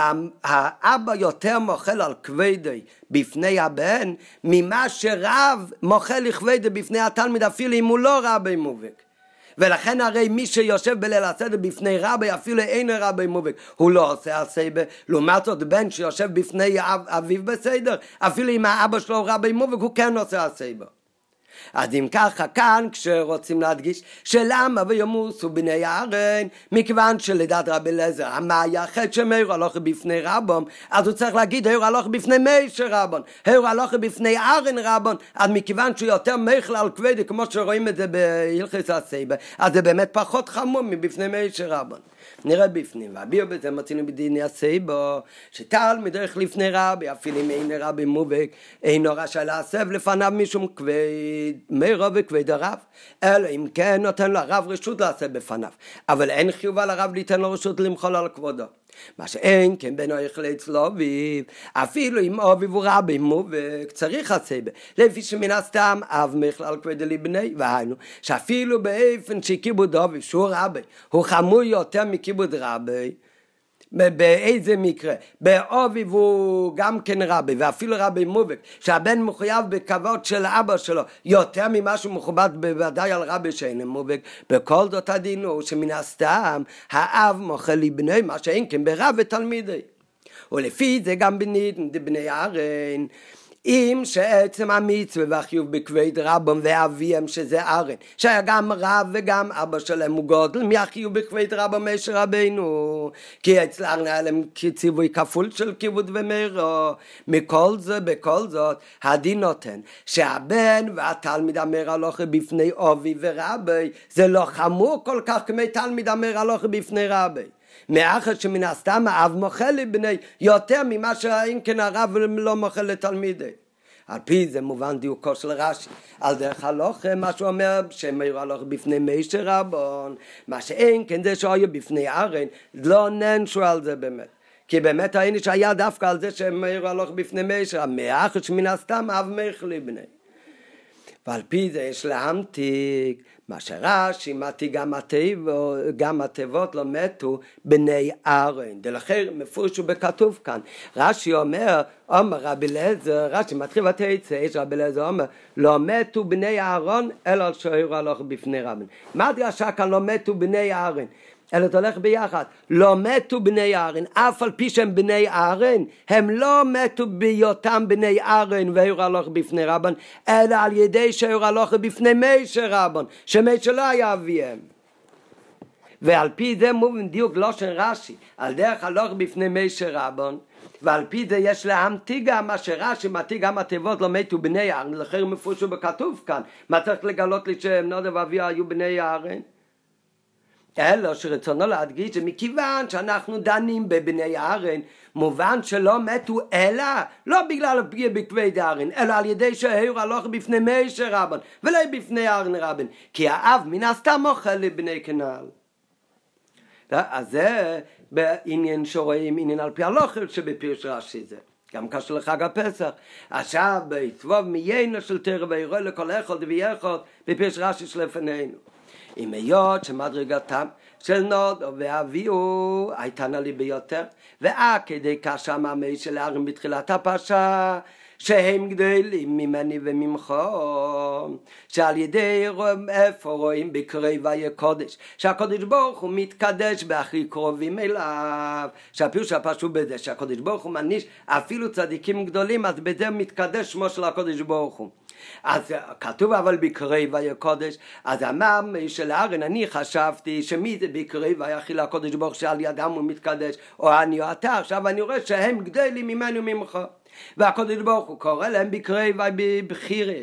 Speaker 1: כשהאבא יותר מוכל על כבדי בפני הבן, ממה שרב מוכל לכבדי בפני התלמיד, אפילו אם הוא לא רבי מובהק. ולכן הרי מי שיושב בליל הסדר בפני רבי, אפילו אין רבי מובהק, הוא לא עושה הסדר. לעומת זאת בן שיושב בפני אביו בסדר, אפילו אם האבא שלו רבי מובהק, הוא כן עושה הסדר. אז אם ככה כאן כשרוצים להדגיש שלמה וימוסו בני ארן, מכיוון שלדעת רבי אליעזר מה היה החטא שמאור הלוך בפני רבם, אז הוא צריך להגיד מאור הלוך בפני משה רבן, מאור הלוך בפני ארן רבן, אז מכיוון שהוא יותר מייכל על כבדי כמו שרואים את זה בהלכות הסדר, אז זה באמת פחות חמור מבפני משה רבן. נראה בפנים, והביאו בזה מצינו בדיני הסדר, שתלמיד הולך לפני רבי, אפילו אם אין רבי מובהק, אינו רשאי להסב לפניו משום כבד מרוב וכבד הרב, אלא אם כן נותן לרב רשות להסב בפניו, אבל אין חיובה לרב ליתן לו רשות למחול על כבודו. מה שאין כן בין הולך אצלו אביו, אפילו אם אביו הוא רבי מובהק, צריך הסבר, לפי שמן הסתם אב מכלל כבד לבני, והיינו שאפילו באופן שכיבוד אביו שהוא רבי הוא חמור יותר מכיבוד רבי. באיזה מקרה? באביו הוא גם כן רבי, ואפילו רבי מובהק, שהבן מחויב בכבוד של אבא שלו יותר ממה שהוא מכובד בוודאי על רבי שאין מובהק. בכל זאת הדין הוא שמן הסתם האב מוכל לבני, מה שאין כן ברב ותלמידי. ולפי זה גם בני ארן, אם שעצם המצווה והחיוב בכבד רבם ואביהם שזה ארן, שהיה גם רב וגם אבא שלהם הוא גודל, מי החיוב בכבד רבם משה רבינו? כי אצל ארן היה להם ציווי כפול של כיבוד ומרו. מכל זה, בכל זאת, הדין נותן שהבן והתלמיד אמר הלוך בפני אבי ורבי, זה לא חמור כל כך כמו תלמיד אמר הלוך בפני רבי. מאחר שמן הסתם האב מוכל לבני יותר ממה שאין כן הרב לא מוכל לתלמידי. על פי זה מובן דיוקו של רש"י, על דרך הלכה מה שהוא אומר שמאור הלוך בפני משה רבן, מה שאין כן זה שהיה בפני ארן, לא נענשו על זה באמת. כי באמת העניש היה דווקא על זה שמאור הלוך בפני משה, מאחר שמן הסתם האב מוכל לבני. ועל פי זה יש להמתיק מה שרש"י מתי גם התיבות לא מתו בני ארן, דלכן מפורש בכתוב כאן. רש"י אומר רבי אליעזר, רש"י מתחיל ותצא, יש רבי אליעזר אומר לא מתו בני אהרון אלא שאור הלוך בפני רבן. מה דרשה כאן לא מתו בני אהרון? אלא זה הולך ביחד. לא מתו בני אהרן, אף על פי שהם בני אהרן, הם לא מתו בהיותם בני אהרן והיו הלוך בפני רבן, אלא על ידי שהיו הלוך בפני משה רבן, שמשה לא היה אביהם. ועל פי זה מובן דיוק לושן רש"י, על דרך הלוך בפני משה רבן, ועל פי זה יש להמתיג גם מה שרש"י מתיג גם התיבות לא מתו בני אהרן, לכן מפורש בכתוב כאן, מה צריך לגלות לי שהם נודע ואביהו היו בני אהרן? אלא שרצונו להדגיש שמכיוון שאנחנו דנים בבני אהרן, מובן שלא מתו אלא, לא בגלל הפגיעה בכבד אהרן, אלא על ידי שהיו הלוך בפני משה רבן, ולא בפני אהרן רבן, כי האב מן הסתם אוכל לבני כנען. אז זה בעניין שרואים עניין על פי הלוכל שבפירוש רש"י זה. גם קשור לחג הפסח. עכשיו ביצבוב מיינו של תרא וירא לכל אחד ויחד בפירוש רש"י שלפנינו. עם היות שמדרגתם של נודע ואביהו הייתה נעלה ביותר, כדי כאשר מאמר של אהרן בתחילת הפרשה, שהם גדולים ממני וממך, שעל ידי איפה רואים בקרי ויה קודש, שהקודש ברוך הוא מתקדש בהכי קרובים אליו, שהפירוש הפשוט בזה שהקודש ברוך הוא מניש אפילו צדיקים גדולים, אז בזה מתקדש שמו של הקודש ברוך הוא. אז כתוב אבל בקרי ויה קודש, אז אמר של אהרן, אני חשבתי שמי זה בקרי ויה חילה הקודש ברוך שעל ידם הוא מתקדש, או אני או אתה, עכשיו אני רואה שהם גדולים ממני וממך, והקודש ברוך הוא קורא להם בקרי ובבחירי.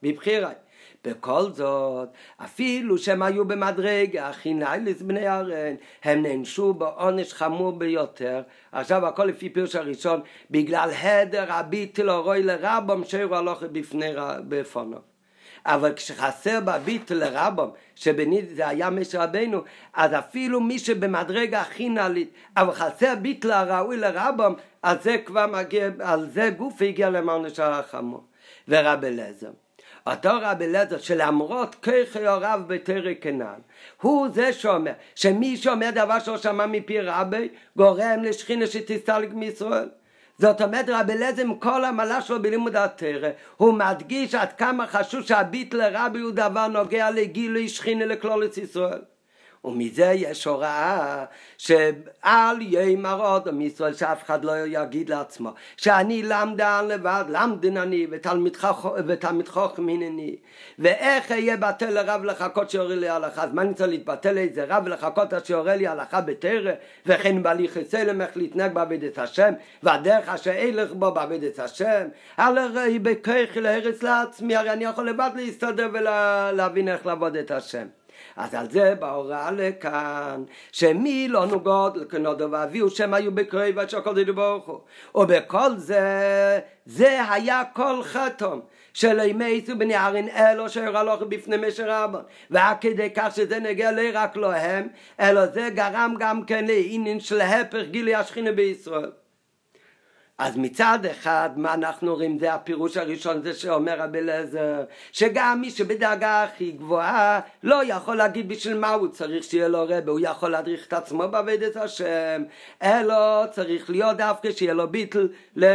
Speaker 1: בכל זאת, אפילו שהם היו במדרגה הכי נעלית בני אהרן, הם נענשו בעונש חמור ביותר. עכשיו הכל לפי פירוש הראשון, בגלל הדר הביטל הרוי לרבם שהיו הלוך בפניו. אבל כשחסר בביטל לרבם, שבנית זה היה משה רבנו, אז אפילו מי שבמדרגה הכי נעלית, אבל חסר ביטל הראוי לרבם, אז זה כבר מגיע, על זה גוף הגיע למעונש החמור. ורבי אליעזר, אותו רבי אליעזר שלמרות כוחו הרב בתרא כנען, הוא זה שאומר שמי שאומר דבר שלא שמע מפי רבי גורם לשכינה שתסתלק מישראל. זאת אומרת רבי אליעזר עם כל המעלה שלו בלימוד התורה, הוא מדגיש עד כמה חשוב שהביטל לרבי הוא דבר נוגע לגילוי שכינה לכלל ישראל. ומזה יש הוראה שעל יאמר אדם ישראל, שאף אחד לא יגיד לעצמו שאני למדן לבד, למדן אני ותלמיד חכם הנני, ואיך אהיה בטל לרב לחכות שיורה לי הלכה. אז מה אני צריך להתבטל לאיזה רב לחכות עד שיורה לי הלכה בתורה? וכן בהליכי צלם איך להתנהג בעבודת השם, והדרך אשר הלך בו בעבודת השם, הרי בכוחי לארץ לעצמי, הרי אני יכול לבד להסתדר ולהבין איך לעבוד את השם. אז על זה בהוראה לכאן, שמי לא נוגד לכנודו ואביהו שהם היו בקרי והקודש ברוך הוא, ובכל זה היה כל חתום של ימייסו בני אהרן אלו שהיו הלוך בפני משה רבן, וכדי כך שזה נגיע לא רק להם, אלא זה גרם גם כן לעניין של הפך גילוי השכינה בישראל. אז מצד אחד מה אנחנו רואים, זה הפירוש הראשון, זה שאומר רבי אליעזר, שגם מי שבדרגה הכי גבוהה לא יכול להגיד בשביל מה הוא צריך שיהיה לו רבי, הוא יכול להדריך את עצמו בעבודת השם, אלא צריך להיות דווקא שיהיה לו ביטל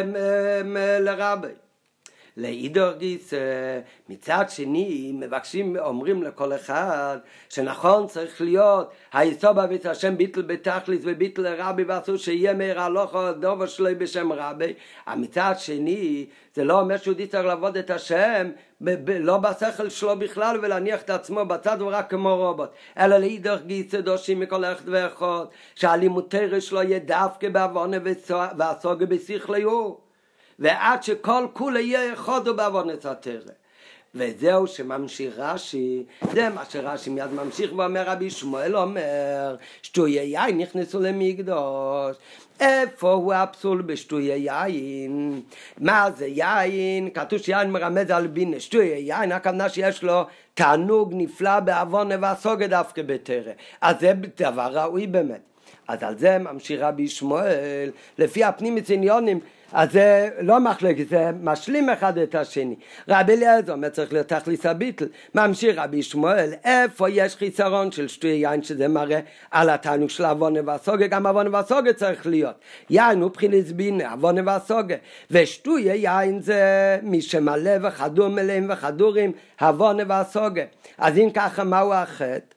Speaker 1: לרבי. לאידור גיס, מצד שני מבקשים, אומרים לכל אחד שנכון צריך להיות היסוד בעבודת השם ביטל בתכלית וביטל לרבי, ואסור שיהיה מהר הלוך דובר שלו בשם רבי. מצד שני זה לא אומר שהוא צריך לעבוד את השם לא בשכל שלו בכלל ולהניח את עצמו בצד ורק כמו רובוט, אלא לאידור גיס דורשים מכל אחד ואחד שהלימוד תורה שלו יהיה דווקא בעוונה והסוגיה בשכלו, ועד שכל כולה יהיה אחד ובעוונת התורה. וזהו שממשיך רש"י, זה מה שרש"י מיד ממשיך ואומר, רבי שמואל אומר שטויי יין נכנסו למקדש. איפה הוא הפסול בשטויי יין? מה זה יין? כתוב שיין מרמז על בינה. שטויי יין הכוונה שיש לו תענוג נפלא בעוונה והסוגיה דווקא בתורה, אז זה דבר ראוי באמת. אז על זה ממשיך רבי שמואל לפי הפנימיות עניונים, אז זה לא מחלקת, זה משלים אחד את השני. רבי אליעזר אומר צריך להיות תכלית הביטל. ממשיך רבי שמואל, איפה יש חיסרון של שטויי יין, שזה מראה על התענוג של עוונה והסוגיה, גם עוונה והסוגיה צריך להיות. יין הוא בחינת בינה, עוונה והסוגיה, ושטויי יין זה מי שמלא וחדור מלאים וחדורים, עוונה והסוגיה. אז אם ככה מהו החטא?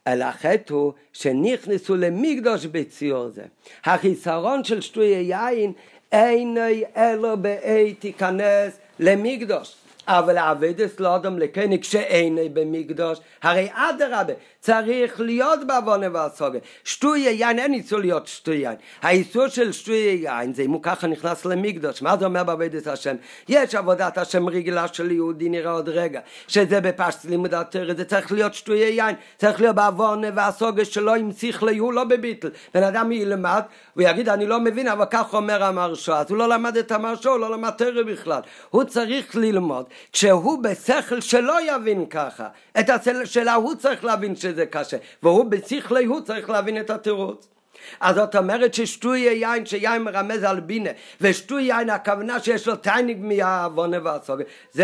Speaker 1: אלא החטא הוא שנכנסו למקדוש בציור זה. החיסרון של שטוי יין איני אלו באי תיכנס למקדוש. אבל עבודת לאדם לקניק שאיני במקדוש, הרי אדרבה צריך להיות בעוונה והסוגיה. שטוי יין אין איסור להיות שטוי יין. האיסור של שטוי יין זה אם הוא ככה נכנס למקדוש. מה זה אומר בעבודת השם? יש עבודת השם רגילה של יהודי, נראה עוד רגע שזה בפשט לימוד התורה, זה צריך להיות שטוי יין, צריך להיות בעוונה והסוגיה שלו עם שכל, הוא לא בביטל. בן אדם ילמד ויגיד אני לא מבין, אבל כך אומר המרשו, אז הוא לא למד את המרשו, הוא לא למד תורה בכלל. הוא צריך ללמוד כשהוא בשכל שלא יבין ככה, את השכל שלה הוא צריך להבין שזה קשה, והוא בשכלי הוא צריך להבין את התירוץ. אז זאת אומרת ששטוי יין, שיין מרמז על בינה, ושטוי יין הכוונה שיש לו תענג מהעוונה והסוגיה,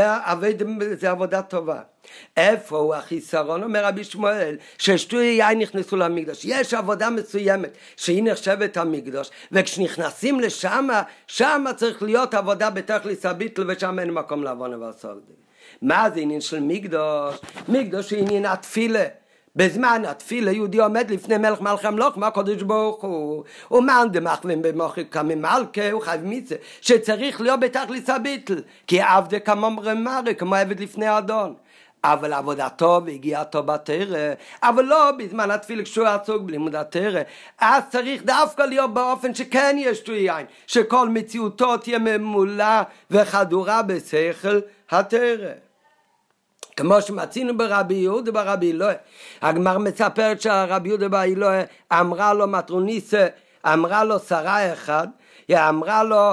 Speaker 1: זה עבודה טובה. איפה הוא החיסרון? אומר רבי שמואל ששטוי יין נכנסו למקדוש. יש עבודה מסוימת שהיא נחשבת המקדוש, וכשנכנסים לשם, שם צריך להיות עבודה בתכלס הביטל, ושם אין מקום לעוונה והסוגיה. מה זה עניין של מקדוש? מקדוש הוא עניין התפילה. בזמן התפילה יהודי עומד לפני מלך מלכי המלוך, מה הקדוש ברוך הוא? ומאן דמחווים במוחי כממלכה, הוא חייב מצווה שצריך להיות בתכלס הביטל, כי עבדי כמומרי כמו עבד לפני אדון. אבל עבודתו והגיעתו בתורה, אבל לא בזמן התפילה כשהוא עסוק בלימוד התורה, אז צריך דווקא להיות באופן שכן יש שטוי יין, שכל מציאותו תהיה ממולאה וחדורה בשכל התורה. כמו שמצינו ברבי יהודה ברבי אלוהי. הגמרא מספרת שהרבי יהודה ברבי אלוהי אמרה לו מטרוניסה, אמרה לו שרה אחד, היא אמרה לו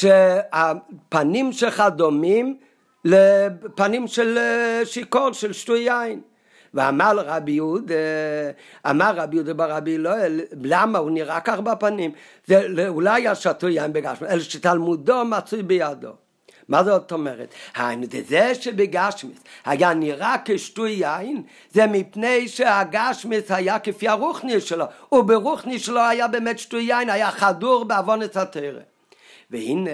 Speaker 1: שהפנים שלך דומים לפנים של שיקור, של שטוי יין. ואמר רבי יהודה, אמר רבי יהודה ברבי אלוהי, למה הוא נראה כך בפנים? זה אולי השטוי יין בגשמי, אלא שתלמודו מצוי בידו. מה זאת אומרת? זה שבגשמיס היה נראה כשטוי יין, זה מפני שהגשמיס היה כפי הרוחני שלו, וברוחני שלו היה באמת שטוי יין, היה חדור בעוונת התורה. והנה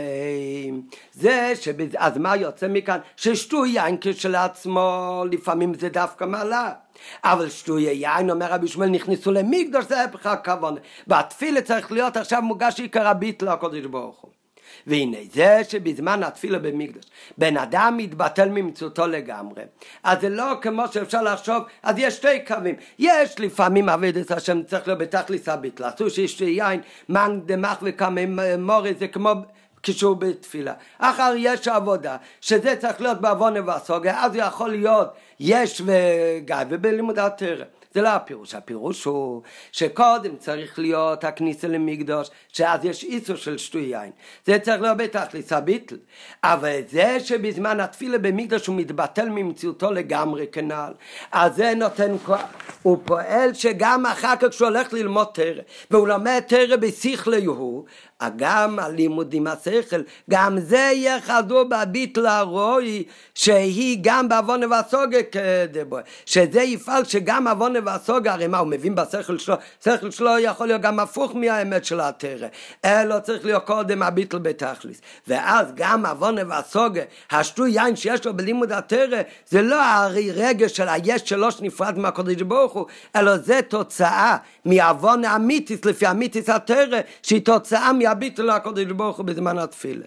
Speaker 1: זה אז מה יוצא מכאן? ששטוי יין כשלעצמו לפעמים זה דווקא מעלה, אבל שטוי יין אומר רבי שמואל נכנסו למקדוש, זה הפך הכוונה. בתפילה צריך להיות עכשיו מוגש עיקר הביטל לקדוש ברוך הוא. והנה זה שבזמן התפילה במקדש בן אדם מתבטל ממצוותו לגמרי, אז זה לא כמו שאפשר לחשוב, אז יש שתי קווים. יש לפעמים עבודת השם צריך להיות בתכלס הביטל, עשו שיש יין מן דמח וכממורי, זה כמו כשהוא בתפילה. אחר יש עבודה שזה צריך להיות בעוונה והסוגיה, אז יכול להיות יש וגיא ובלימוד התורה. זה לא הפירוש. הפירוש הוא שקודם צריך להיות הכניסה למקדוש, שאז יש איסור של שטוי יין. זה צריך להיות בתכלס הביטל. אבל זה שבזמן התפילה במקדוש הוא מתבטל ממציאותו לגמרי כנעל, אז זה נותן כוח. הוא פועל שגם אחר כך כשהוא הולך ללמוד תורה, והוא לומד תורה בשכלי הוא, גם הלימודים השכל, גם זה יהיה חדור בביטל הרואי, שהיא גם בעוונה והסוגיה כדבו, שזה יפעל שגם עוונה והסוגיה, הרי מה הוא מבין בשכל שלו? שכל שלו יכול להיות גם הפוך מהאמת של התורה, אלא צריך להיות קודם הביטל בתכלס, ואז גם עוונה והסוגיה, השטוי יין שיש לו בלימוד התורה, זה לא הרי רגע של היש שלו שנפרד מהקדוש ברוך הוא, אלא זה תוצאה מעוונה אמיתית לפי אמיתית התורה, שהיא תוצאה הביטל לקדוש ברוך הוא בזמן התפילה.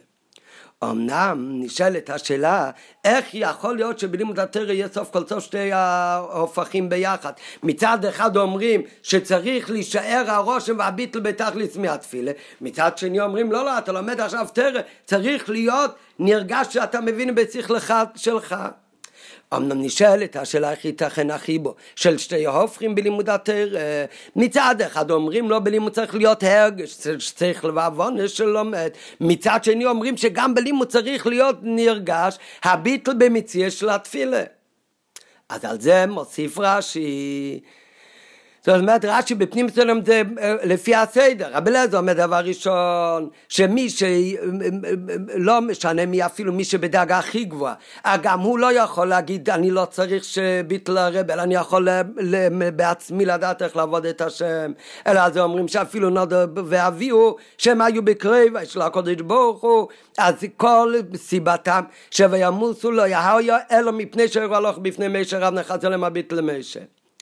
Speaker 1: אמנם נשאלת השאלה, איך יכול להיות שבלימוד התורה יהיה סוף כל סוף שתי ההופכים ביחד? מצד אחד אומרים שצריך להישאר הרושם והביטל בתכלס מהתפילה, מצד שני אומרים לא, אתה לומד עכשיו תורה, צריך להיות נרגש שאתה מבין בשכלך שלך. אמנם נשאלת השאלה איך ייתכן החיבור של שתי ההופכים בלימוד התורה. מצד אחד אומרים לא, בלימוד צריך להיות הרגש, צריך ועוונה שלומד. מצד שני אומרים שגם בלימוד צריך להיות נרגש הביטל במציאה של התפילה. אז על זה מוסיף רש"י, זאת אומרת רש"י בפנים מסוים זה לפי הסדר. רבי אליעזר אומר דבר ראשון, שמי שלא משנה מי, אפילו מי שבדרגה הכי גבוהה, גם הוא לא יכול להגיד אני לא צריך שביטל הרב, אלא אני יכול בעצמי לדעת איך לעבוד את השם. אלא אז אומרים שאפילו נודע ואביהו שהם היו בקרב של הקדוש ברוך הוא, אז כל סיבתם שוימוסו לא יהיה אלא מפני שהלוך בפני משה רב נחז להם הביטל למשה.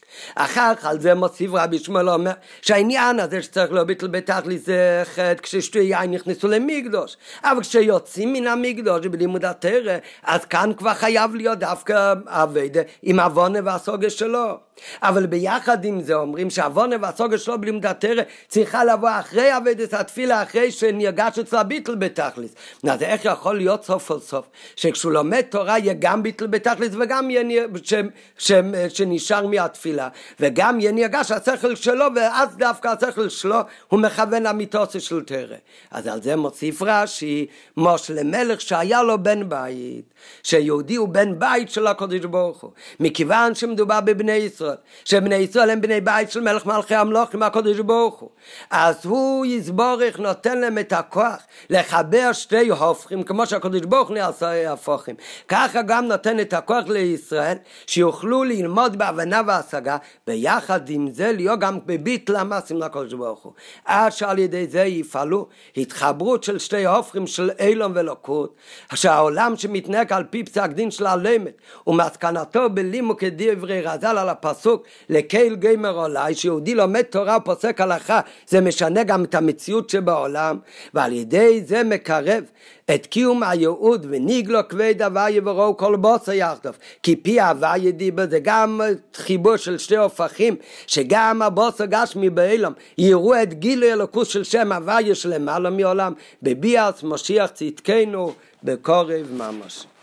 Speaker 1: אחר כך על זה מוסיף רבי שמואל אומר שהעניין הזה שצריך לא ביטל בתכלית זה חטא כששתויי יין נכנסו למקדוש, אבל כשיוצאים מן המקדוש בלימוד התורה אז כאן כבר חייב להיות דווקא עבודה עם עוונה והסוגיה שלו. אבל ביחד עם זה אומרים שהעוונה והסוגיה שלו בלימוד התורה צריכה לבוא אחרי עבודת התפילה, אחרי שנרגש אצל הביטל בתכלית. אז איך יכול להיות סוף כל סוף שכשהוא לומד תורה יהיה גם ביטל בתכלית וגם יהיה שנשאר מהתפילה וגם יהיה נרגש השכל שלו, ואז דווקא השכל שלו הוא מכוון למיתוסה של תורה. אז על זה מוסיף רש"י משה למלך שהיה לו בן בית, שיהודי הוא בן בית של הקדוש ברוך הוא, מכיוון שמדובר בבני ישראל, שבני ישראל הם בני בית של מלך מלכי המלוכים הקדוש ברוך הוא, אז הוא יסבורך נותן להם את הכוח לחבר שתי הופכים, כמו שהקדוש ברוך הוא נעשה הפוכים, ככה גם נותן את הכוח לישראל שיוכלו ללמוד בהבנה והשגה, ביחד עם זה להיות גם בביטל המעשים לקדוש ברוך הוא, עד שעל ידי זה יפעלו התחברות של שתי הופכים של אילום ולוקות, שהעולם שמתנהג על פי פסק דין של הלמד ומסקנתו בלימוד כדברי רז"ל על הפסוק לקהל גמר עולי, שיהודי לומד תורה ופוסק הלכה, זה משנה גם את המציאות שבעולם, ועל ידי זה מקרב את קיום הייעוד וניגלו כבד הוויה וראו כל בוסר יחדוף, כי פי הוויה דיבר זה גם חיבור של שתי הופכים, שגם הבוסר גשמי באילום יראו את גילוי אלוקות של שם הוויה שלמעלה מעולם בביאת משיח צדקנו בקרב ממש.